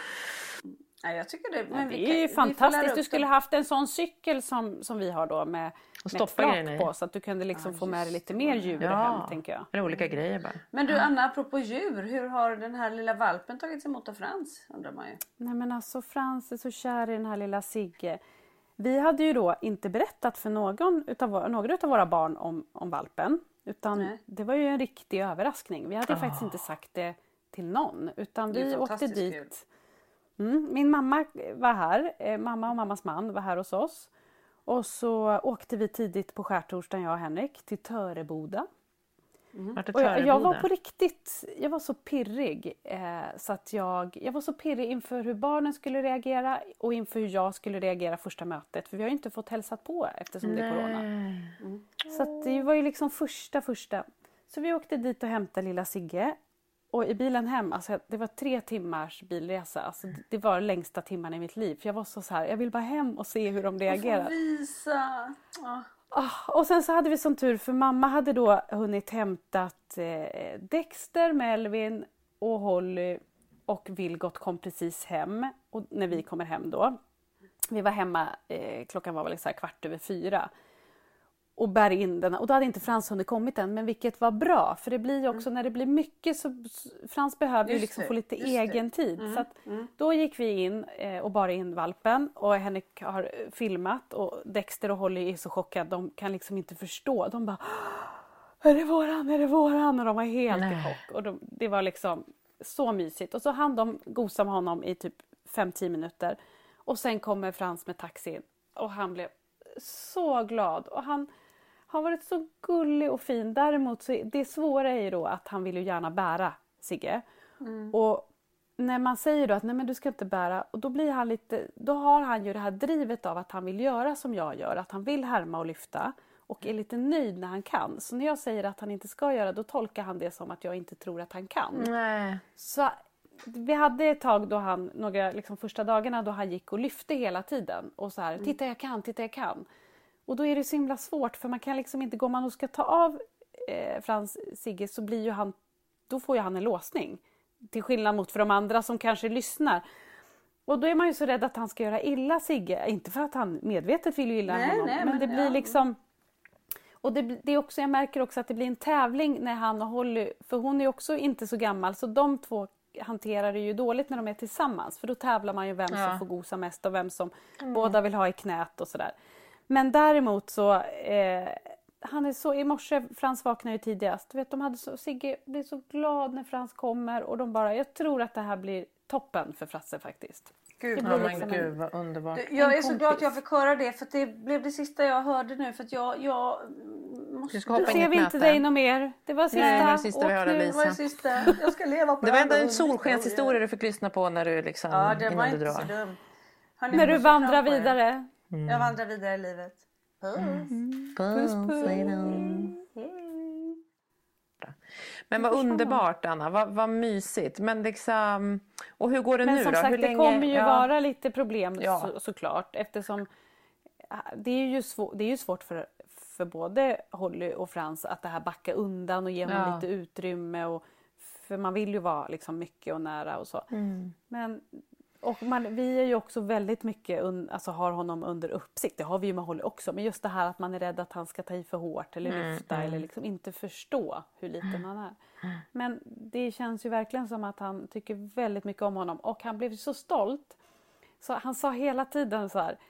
Ja, jag tycker det. Men det är ju fantastiskt. Du skulle haft en sån cykel som vi har då med ett flak på. Så att du kunde liksom få med dig lite mer djur hem, tänker jag. Eller olika grejer bara. Men du Anna, apropå djur. Hur har den här lilla valpen tagits emot av Frans? Undrar man ju. Nej men alltså Frans är så kär i den här lilla Sigge. Vi hade ju då inte berättat för några av våra barn om valpen. Utan det var ju en riktig överraskning. Vi hade faktiskt inte sagt det till någon. Utan vi åkte dit. Min mamma var här. Mamma och mammas man var här hos oss. Och så åkte vi tidigt på skärtorsdagen, jag och Henrik, till Töreboda. Och jag var på riktigt, jag var så pirrig så att jag var så pirrig inför hur barnen skulle reagera och inför hur jag skulle reagera första mötet, för vi har ju inte fått hälsat på eftersom det är corona. Så att det var ju liksom första. Så vi åkte dit och hämtade lilla Sigge och i bilen hem, alltså det var 3 timmars bilresa, alltså det var längsta timmarna i mitt liv, för jag var så här, jag vill bara hem och se hur de reagerar. Visa. Och sen så hade vi sån tur för mamma hade då hunnit hämtat Dexter, Melvin och Holly och Vilgot kom precis hem. Och när vi kommer hem då. Vi var hemma, klockan var väl så här 4:15. Och bär in den. Och då hade inte Frans hunnit kommit än. Men vilket var bra. För det blir ju också när det blir mycket så Frans behöver ju liksom få lite egen tid. Så att då gick vi in och bar in valpen. Och Henrik har filmat. Och Dexter och Holly är så chockade. De kan liksom inte förstå. De bara, är det våran? Och de var helt i chock. Och det var liksom så mysigt. Och så hann de gosa med honom i typ 5-10 minuter. Och sen kommer Frans med taxin. Och han blev så glad. Och han har varit så gullig och fin. Däremot så det svåra är ju då att han vill ju gärna bära Sigge. Och när man säger då att nej men du ska inte bära. Och då blir han då har han ju det här drivet av att han vill göra som jag gör. Att han vill härma och lyfta. Och är lite nöjd när han kan. Så när jag säger att han inte ska göra, då tolkar han det som att jag inte tror att han kan. Nej. Så vi hade ett tag då några liksom första dagarna då han gick och lyfte hela tiden. Och så här, titta jag kan. Och då är det så himla svårt, för man kan liksom inte, gå man och ska ta av Frans Sigge så blir ju då får ju han en låsning. Till skillnad mot för de andra som kanske lyssnar. Och då är man ju så rädd att han ska göra illa Sigge. Inte för att han medvetet vill ju illa honom. Men det blir liksom... Och det är också, jag märker också att det blir en tävling när han och Holly, för hon är också inte så gammal, så de två hanterar det ju dåligt när de är tillsammans, för då tävlar man ju vem som får gosa mest och vem som båda vill ha i knät och sådär. Men däremot så han är så, i morse Frans vaknade ju tidigast, du vet, Sigge blir så glad när Frans kommer och de bara, jag tror att det här blir toppen för Frasse faktiskt. Gud vad underbart. Jag är så glad att jag fick höra det, för det blev det sista jag hörde nu, för att jag måste... Du ska hoppa in i ser vi inte dig något mer. Det var sista. Nej, det var sista vi hörde, Lisa. Det var sista. Jag ska leva på det var ändå en solskenshistoria du fick lyssna på när du liksom... Ja, det var inte så dum. När du vandrar vidare. Jag vandrar vidare i livet. Puss. Men vad underbart, Anna, vad mysigt. Men liksom, och hur går det nu då? Men som sagt, hur det kommer ju vara lite problem såklart. Eftersom det är ju svårt för både Holly och Frans att det här backa undan och ge honom lite utrymme. För man vill ju vara liksom mycket och nära och så. Men Och vi är ju också väldigt mycket, alltså har honom under uppsikt. Det har vi ju med Holly också. Men just det här att man är rädd att han ska ta i för hårt eller lyfta eller liksom inte förstå hur liten han är. Men det känns ju verkligen som att han tycker väldigt mycket om honom. Och han blev så stolt. Så han sa hela tiden så här: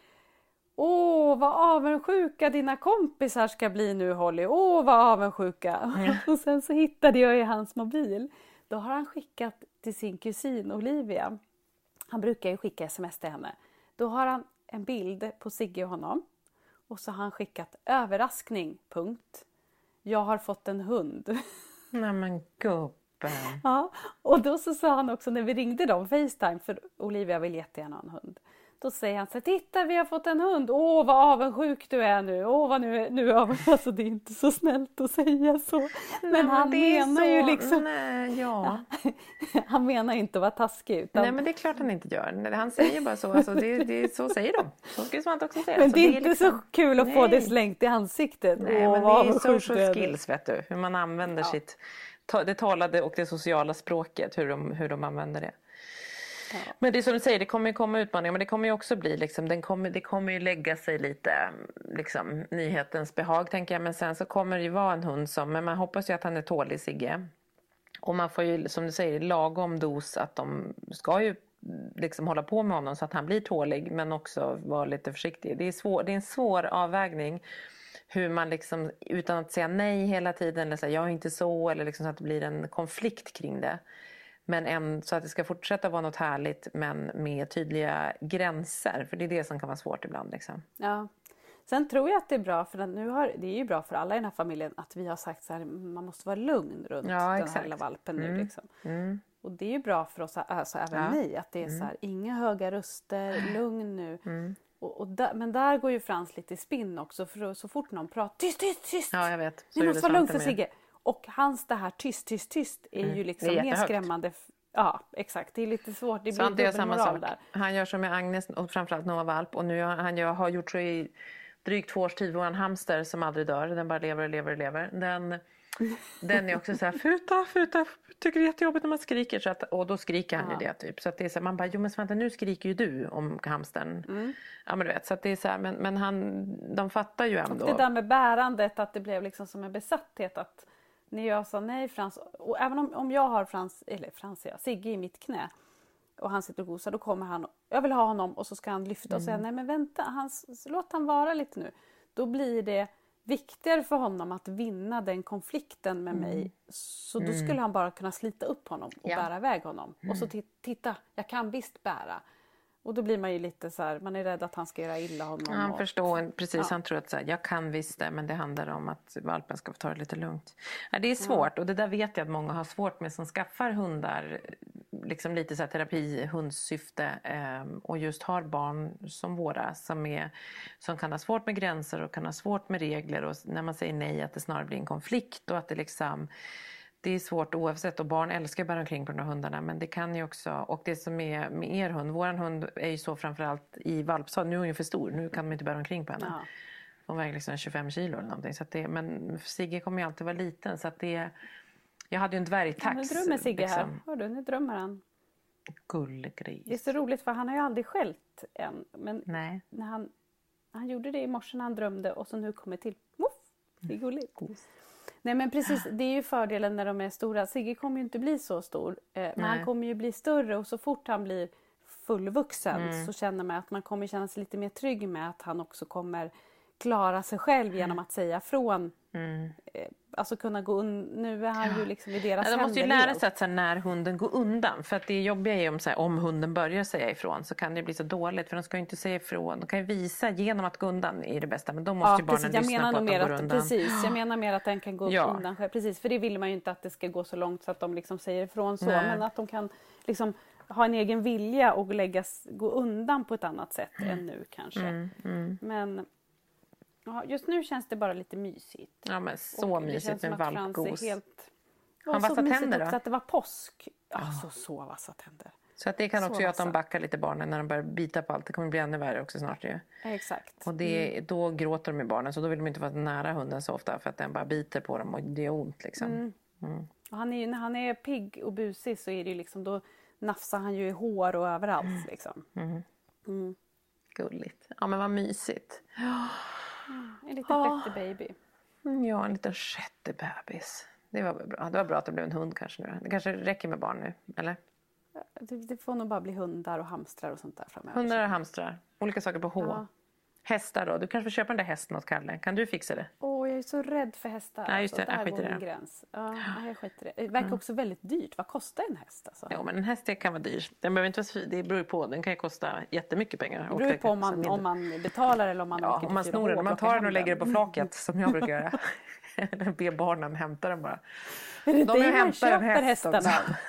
åh, vad avundsjuka dina kompisar ska bli nu, Holly. Åh, vad avundsjuka. Och sen så hittade jag i hans mobil. Då har han skickat till sin kusin Olivia. Han brukar ju skicka sms till henne. Då har han en bild på Sigge och honom. Och så har han skickat överraskning, punkt. Jag har fått en hund. Nej men gubben. Ja, och då så sa han också när vi ringde dem FaceTime, för Olivia vill jättegärna ha en hund. Då säger han så här: titta, vi har fått en hund. Åh, vad avundsjuk du är nu. Åh, vad nu avundsjuk. Alltså det är inte så snällt att säga så. Men han menar så, ju liksom... Nej, ja. Han menar inte att vara taskig. Utan... Nej, men det är klart han inte gör. Han säger bara så. Alltså, det så säger de. Så ska Svante också säga. Men så det är inte liksom... så kul att få det slängt i ansiktet. Nej, men det är social skills, vet du. Hur man använder sitt... Det talade och det sociala språket. Hur de använder det. Ja. Men det är som du säger, det kommer ju komma utmaningar, men det kommer ju också bli liksom, det kommer ju lägga sig lite liksom, nyhetens behag, tänker jag, men sen så kommer det ju vara en hund som, men man hoppas ju att han är tålig, Sigge, och man får ju, som du säger, lagom dos, att de ska ju liksom hålla på med honom så att han blir tålig, men också vara lite försiktig. Det är en svår avvägning, hur man liksom, utan att säga nej hela tiden, eller säga jag är inte så, eller liksom så att det blir en konflikt kring det. Men så att det ska fortsätta vara något härligt, men med tydliga gränser. För det är det som kan vara svårt ibland. Liksom. Ja. Sen tror jag att det är bra, för det är ju bra för alla i den här familjen att vi har sagt så här, man måste vara lugn runt den här lilla valpen nu. Liksom. Och det är ju bra för oss, alltså även mig, att det är så här, inga höga röster, lugn nu. Men där går ju Frans lite i spinn också, för så fort någon pratar, tyst! Ja, jag vet. Ni måste vara lugn för Sigge. Och hans det här tyst är ju liksom mer skrämmande. Ja, exakt. Det är lite svårt. Det blir dubbelmoral där. Han gör som med Agnes och framförallt Noah valp. Och nu har gjort så i drygt 2 års tid. Vår hamster som aldrig dör. Den bara lever. Den är också så här, futa. Tycker det är jättejobbigt när man skriker. Så att, och då skriker han ju det typ. Så att det är så här, man bara, jo men Svante, nu skriker ju du om hamstern. Ja men du vet. Så att det är så här, men de fattar ju ändå. Och det där med bärandet, att det blev liksom som en besatthet, att när jag sa nej Frans, och även om jag har Sigge i mitt knä och han sitter och gosar, då kommer han, jag vill ha honom, och så ska han lyfta och säga nej men vänta, låt han vara lite nu. Då blir det viktigare för honom att vinna den konflikten med mig, så då skulle han bara kunna slita upp honom och bära iväg honom. Och så titta, jag kan visst bära. Och då blir man ju lite så här, man är rädd att han ska göra illa honom. Ja, han förstår, precis, han tror att så här, jag kan visst det, men det handlar om att valpen ska få ta det lite lugnt. Ja, det är svårt, och det där vet jag att många har svårt med som skaffar hundar, liksom lite så här terapihundssyfte, och just har barn som våra som kan ha svårt med gränser och kan ha svårt med regler, och när man säger nej att det snarare blir en konflikt, och att det liksom... Det är svårt oavsett, och barn älskar bara omkring på de här hundarna, men det kan ju också, och det som är med er hund, våran hund är ju så framförallt i valpstad, nu är hon ju för stor, nu kan man inte bära omkring på henne. Ja. Hon väger liksom 25 kilo eller någonting, så att men Sigge kommer ju alltid vara liten, så att jag hade ju en dvärgtax. Nu drömmer Sigge liksom. Här, hör du, nu drömmer han. Gullegris. Det är så roligt, för han har ju aldrig skällt än, men när han gjorde det i morse när han drömde, och så nu kommer till, det är gulligt. Nej men precis, det är ju fördelen när de är stora. Sigge kommer ju inte bli så stor, men han kommer ju bli större, och så fort han blir fullvuxen så känner man att man kommer känna sig lite mer trygg med att han också kommer klara sig själv genom att säga från. Alltså kunna gå nu är han ju liksom i deras händer. De måste ju lära sig att så här, när hunden går undan, för att det jobbiga är om hunden börjar säga ifrån, så kan det bli så dåligt, för de ska ju inte säga ifrån, de kan ju visa genom att gå undan är det bästa, men då måste ju barnen lyssna på att de går undan. Precis, jag menar mer att den kan gå undan själv, precis, för det vill man ju inte att det ska gå så långt så att de liksom säger ifrån så, men att de kan liksom ha en egen vilja och gå undan på ett annat sätt än nu kanske. Men ja, just nu känns det bara lite mysigt. Ja, men så mysigt med valpgos. Han vassa tänder då? Att det var påsk. Alltså så vassa tänder. Så att det kan också göra att de backar lite, barnen, när de börjar bita på allt. Det kommer bli ännu värre också snart ju. Exakt. Och då gråter de med barnen, så då vill de inte vara nära hunden så ofta, för att den bara biter på dem och det är ont liksom. Och när han är pigg och busig, så är det ju liksom då, nafsar han ju i hår och överallt liksom. Gulligt. Ja, men vad mysigt. En liten sjätte baby. Ja, en liten sjätte bebis. Det var väl bra. Det var bra att det blev en hund kanske nu. Det kanske räcker med barn nu, eller? Det får nog bara bli hundar och hamstrar och sånt där framöver. Hundar och hamstrar. Olika saker på H. Ja. Hästar då. Du kanske får köpa den där hästen åt Kalle. Kan du fixa det? Jag är så rädd för hästar. Nej, just det. Där Jag skiter går i min det. gräns. Ja, jag skiter i det. Det verkar också väldigt dyrt. Vad kostar en häst? Alltså? Ja, men en häst kan vara dyr. Den behöver inte vara, det beror ju på. Den kan ju kosta jättemycket pengar. Det beror ju på om man betalar eller om man åker om man snor den. Om man tar den och lägger den på flaket som jag brukar göra. Eller be barnen hämta den bara. Är det De det man hämtar en köper häst hästarna?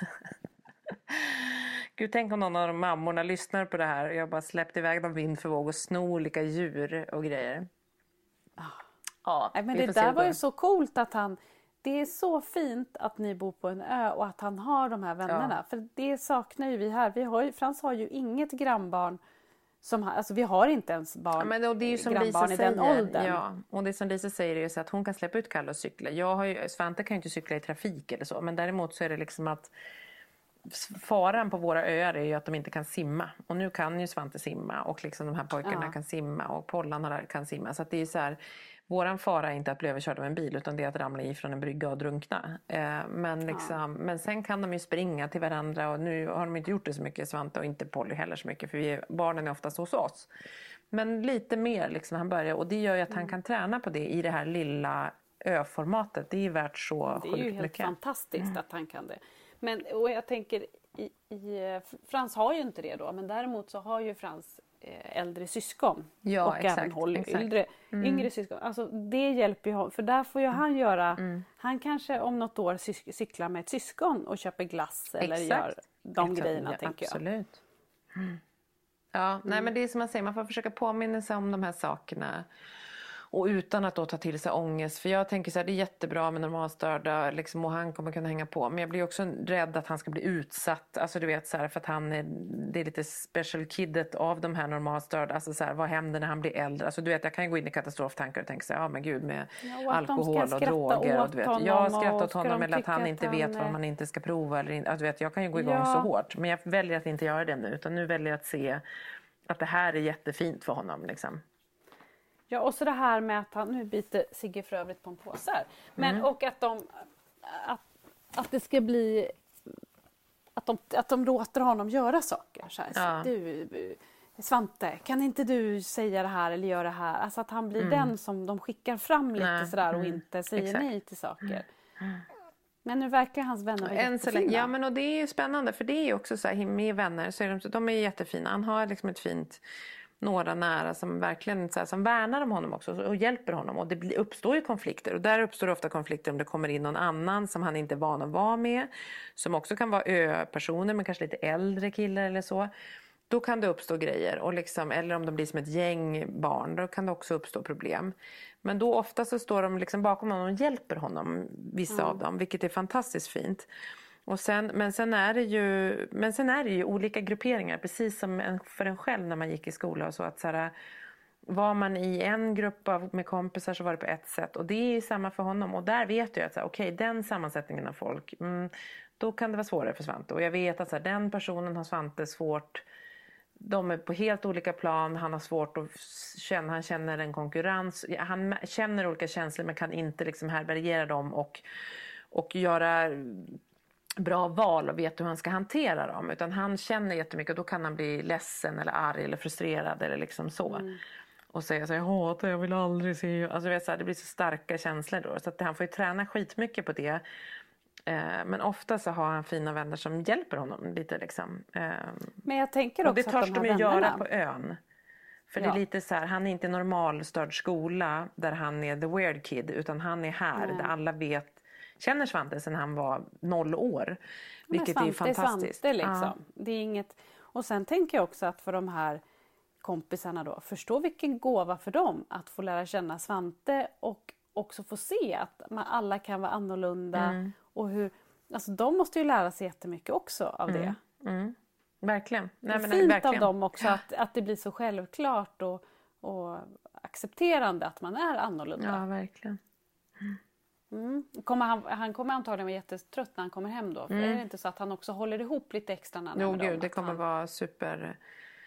Gud, tänk om någon av de mammorna lyssnar på det här. Jag bara släppte iväg dem vind för våg och sno olika djur och grejer. Ja, men det där var ju så coolt att det är så fint att ni bor på en ö och att han har de här vännerna. Ja. För det saknar ju vi här. Frans har ju inget grannbarn. Alltså vi har inte ens barn, men det är ju som grannbarn Lisa i den säger, åldern. Ja, och det som Lisa säger är ju så att hon kan släppa ut Kalle och cykla. Svante kan ju inte cykla i trafik eller så. Men däremot så är det liksom att faran på våra öar är ju att de inte kan simma. Och nu kan ju Svante simma och liksom de här pojkarna kan simma och Pollan kan simma. Så att det är så här, våran fara är inte att bli överkörd av en bil utan det är att ramla i från en brygga och drunkna. Men sen kan de ju springa till varandra och nu har de inte gjort det så mycket, Svante och inte Polly heller så mycket för barnen är oftast hos oss. Men lite mer liksom han börjar och det gör ju att han kan träna på det i det här lilla öformatet. Det är värt så sjukt mycket. Det är ju helt fantastiskt att han kan det. Och jag tänker, Frans har ju inte det då, men däremot så har ju Frans äldre syskon. Ja, och exakt, även Holly, exakt. yngre syskon. Alltså det hjälper ju honom, för där får ju han göra, han kanske om något år cyklar med ett syskon och köper glass eller gör de grejerna, tänker jag. Absolut. Ja, nej men det är som man säger, man får försöka påminna sig om de här sakerna. Och utan att då ta till sig ångest. För jag tänker så här, det är jättebra med normalstörda liksom, och han kommer kunna hänga på. Men jag blir också rädd att han ska bli utsatt. Alltså du vet så här, för att det är lite special kidet av de här normalstörda. Alltså så här, vad händer när han blir äldre? Alltså du vet, jag kan ju gå in i katastroftankar och tänka så här, ja men gud med alkohol och droger. Och, du vet, jag skrattar åt honom eller att han inte vet vad man inte ska prova. Eller, alltså, du vet, jag kan ju gå igång så hårt. Men jag väljer att inte göra det nu. Utan nu väljer jag att se att det här är jättefint för honom liksom. Ja, och så det här med att han, nu biter Sigge för övrigt på en påse här. Men och att det ska bli att de låter honom göra saker så här. Ja. Du Svante, kan inte du säga det här eller göra det här? Alltså att han blir den som de skickar fram lite sådär och inte säger nej till saker. Men nu verkar hans vänner vara jättefina. Ja, men och det är ju spännande för det är ju också så här med vänner så är de är jättefina. Han har liksom ett fint några nära som verkligen så här, som värnar om honom också och hjälper honom. Och det uppstår ju konflikter. Och där uppstår ofta konflikter om det kommer in någon annan som han inte är van att vara med. Som också kan vara personer men kanske lite äldre killar eller så. Då kan det uppstå grejer. Och liksom, eller om de blir som ett gäng barn, då kan det också uppstå problem. Men då ofta så står de liksom bakom honom och hjälper honom, vissa av dem. Vilket är fantastiskt fint. Och sen är det ju olika grupperingar, precis som för en själv när man gick i skola och så att så här, var man i en grupp med kompisar så var det på ett sätt och det är ju samma för honom och där vet jag att okej, den sammansättningen av folk, då kan det vara svårare för Svante och jag vet att så här, den personen har Svante svårt, de är på helt olika plan, han har svårt att känna, han känner en konkurrens, han känner olika känslor men kan inte liksom härbärgera dem och göra bra val och vet hur han ska hantera dem. Utan han känner jättemycket och då kan han bli ledsen eller arg eller frustrerad eller liksom så. Och säga så här, jag hatar, jag vill aldrig se. Alltså vet, så här, det blir så starka känslor då. Så att han får ju träna skitmycket på det. Men ofta så har han fina vänner som hjälper honom lite liksom. Men jag tänker också och det törs de ju göra på ön. För det är lite så här, han är inte normalstörd skola där han är the weird kid. Utan han är här där alla känner Svante sedan han var 0 år. Vilket är fantastiskt. Svante liksom. Det är inget. Och sen tänker jag också att för de här kompisarna då, förstå vilken gåva för dem att få lära känna Svante och också få se att man alla kan vara annorlunda och hur, alltså de måste ju lära sig jättemycket också av det. Verkligen. Nej, men fint verkligen. Av dem också att det blir så självklart och accepterande att man är annorlunda. Ja, verkligen. Han kommer antagligen vara jättetrött när han kommer hem då. För är det inte så att han också håller ihop lite extra när han är med dem? Det kommer vara super...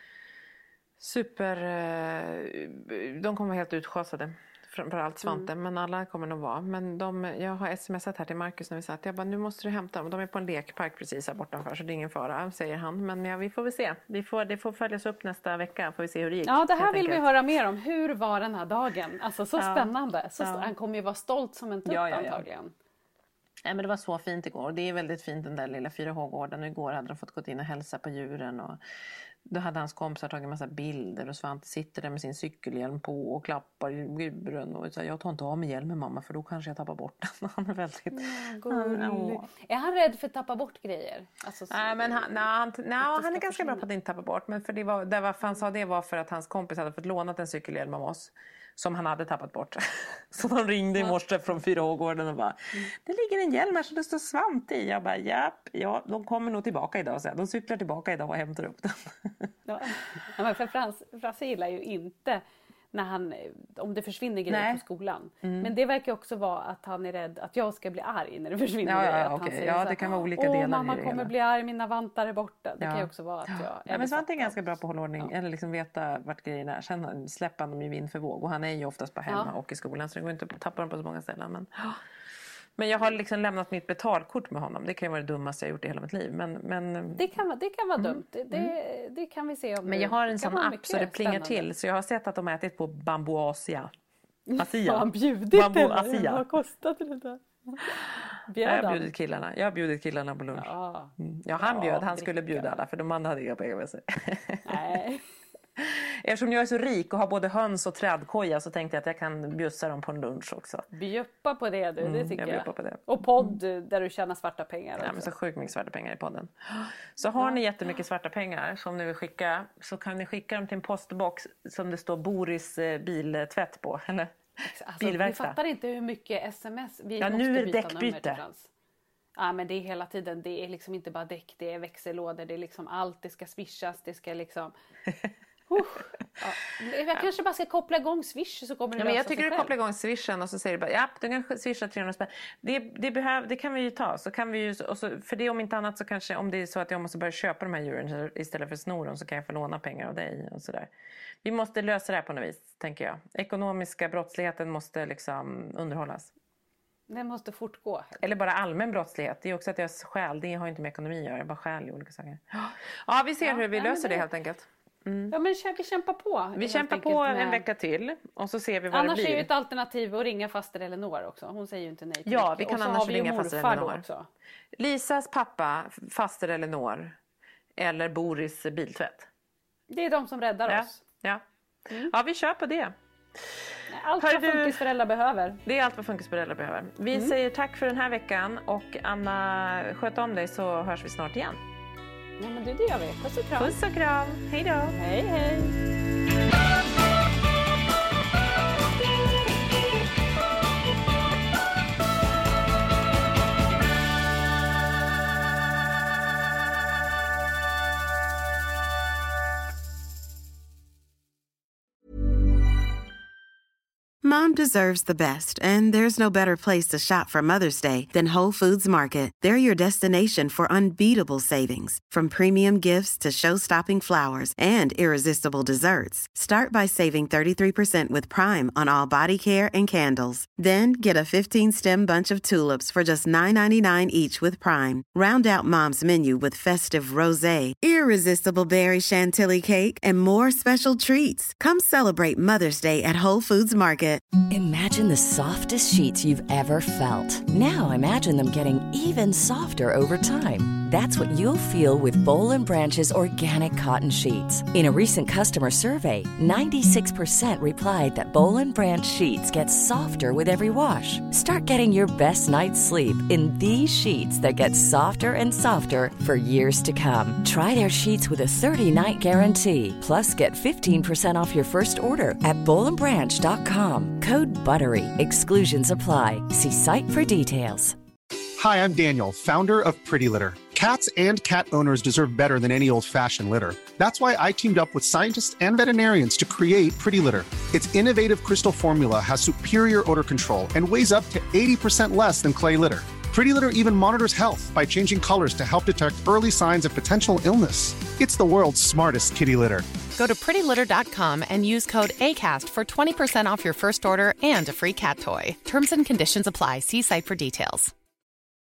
De kommer vara helt utschasade. Framförallt Svante, men alla kommer nog vara. Men jag har smsat här till Marcus när vi satt. Jag bara, nu måste du hämta dem. De är på en lekpark precis här bortanför, så det är ingen fara, säger han. Men vi får väl se. Det får följas upp nästa vecka, får vi se hur det gick. Ja, det här vill vi höra mer om. Hur var den här dagen? Alltså så spännande. Han kommer ju vara stolt som en tupp antagligen. Nej, men det var så fint igår. Det är väldigt fint, den där lilla 4H-gården. Och igår hade de fått gå in och hälsa på djuren. Och då hade hans kompisar tagit en massa bilder. Och Svante sitter där med sin cykelhjälm på och klappar djuren. Och så, jag tar inte av mig hjälmen, mamma, för då kanske jag tappar bort den. Han är väldigt... Är han rädd för att tappa bort grejer? Alltså, nej, men han är ganska bra på att inte tappa bort. Men för varför han sa det var för att hans kompis hade fått lånat en cykelhjälm av oss. Som han hade tappat bort. Så de ringde i morse från 4H-gården och bara, det ligger en hjälm här så det står Svante i. Jag bara, ja, de kommer nog tillbaka idag. Så de cyklar tillbaka idag och hämtar upp den. Ja, men för Frans gillar ju inte när om det försvinner grejer på skolan. Men det verkar också vara att han är rädd att jag ska bli arg när det försvinner grejer. Okay. Det kan vara olika delar. Mamma kommer bli arg, mina vantar är borta. Det kan ju också vara att jag... men Svante är ganska bra på att hålla ordning. Eller liksom veta vart grejerna är. Sen släpper han dem ju vind för våg. Och han är ju oftast på hemma och i skolan. Så det går inte att tappa dem på så många ställen. Men jag har liksom lämnat mitt betalkort med honom. Det kan ju vara det dummaste jag gjort i hela mitt liv. Men... Det kan vara dumt. Det kan vi se om. Men jag har en sån app så det plingar till. Så jag har sett att de har ätit på Bambu Asia. Har han bjudit Bambu Asia. Vad kostat det där? Jag har bjudit killarna på lunch. Han bjöd. Han skulle bjuda alla. För de andra hade inga pengar med sig. Nej. Eftersom jag är så rik och har både höns och trädkoja så tänkte jag att jag kan bjussa dem på en lunch också. Bjuppa på det du, det tycker jag. På det. Och podd där du tjänar svarta pengar också. Ja, men så sjukt mycket svarta pengar i podden. Så har ni jättemycket svarta pengar som ni vill skicka, så kan ni skicka dem till en postbox som det står Boris biltvätt på. Eller bilverkstad. Vi fattar inte hur mycket sms vi måste nu är det däckbyte. Ja, men det är hela tiden, det är liksom inte bara däck, det är växellådor, det är liksom allt, det ska swishas, det ska liksom... Jag kanske bara ska koppla igång Swish så kommer det men jag tycker du kopplar igång Swishen och så säger du bara, du kan swisha 300 spänn. Det kan vi ju ta. Så kan vi ju, och så, för det om inte annat så kanske, om det är så att jag måste börja köpa de här djuren istället för snor dem, så kan jag få låna pengar av dig och sådär. Vi måste lösa det här på något vis, tänker jag. Ekonomiska brottsligheten måste liksom underhållas. Den måste fortgå. Eller bara allmän brottslighet. Det är också att jag stjäl, det har inte med ekonomi att göra. Jag bara stjäl i olika saker. Ja, vi ser hur vi löser det helt enkelt. Ja, men vi kämpar på. Vi kämpar på en vecka till och så ser vi vad annars det blir. Annars är ju ett alternativ att ringa faster Elinor också. Hon säger ju inte nej till vi kan annars ringa faster Elinor också. Lisas pappa, faster Elinor eller Boris biltvätt. Det är de som räddar oss. Ja, vi kör på det. Allt vad funkisföräldrar behöver. Det är allt vad funkisföräldrar behöver. Vi säger tack för den här veckan och Anna, sköt om dig så hörs vi snart igen. Ja, men det gör vi. Puss och kram. Puss och kram. Hej då. Hej, hej. Mom deserves the best, and there's no better place to shop for Mother's Day than Whole Foods Market. They're your destination for unbeatable savings, from premium gifts to show-stopping flowers and irresistible desserts. Start by saving 33% with Prime on all body care and candles. Then get a 15-stem bunch of tulips for just $9.99 each with Prime. Round out Mom's menu with festive rosé, irresistible berry chantilly cake, and more special treats. Come celebrate Mother's Day at Whole Foods Market. Imagine the softest sheets you've ever felt. Now imagine them getting even softer over time. That's what you'll feel with Boll & Branch's organic cotton sheets. In a recent customer survey, 96% replied that Boll & Branch sheets get softer with every wash. Start getting your best night's sleep in these sheets that get softer and softer for years to come. Try their sheets with a 30-night guarantee. Plus, get 15% off your first order at bollandbranch.com. Code BUTTERY. Exclusions apply. See site for details. Hi, I'm Daniel, founder of Pretty Litter. Cats and cat owners deserve better than any old-fashioned litter. That's why I teamed up with scientists and veterinarians to create Pretty Litter. Its innovative crystal formula has superior odor control and weighs up to 80% less than clay litter. Pretty Litter even monitors health by changing colors to help detect early signs of potential illness. It's the world's smartest kitty litter. Go to prettylitter.com and use code ACAST for 20% off your first order and a free cat toy. Terms and conditions apply. See site for details.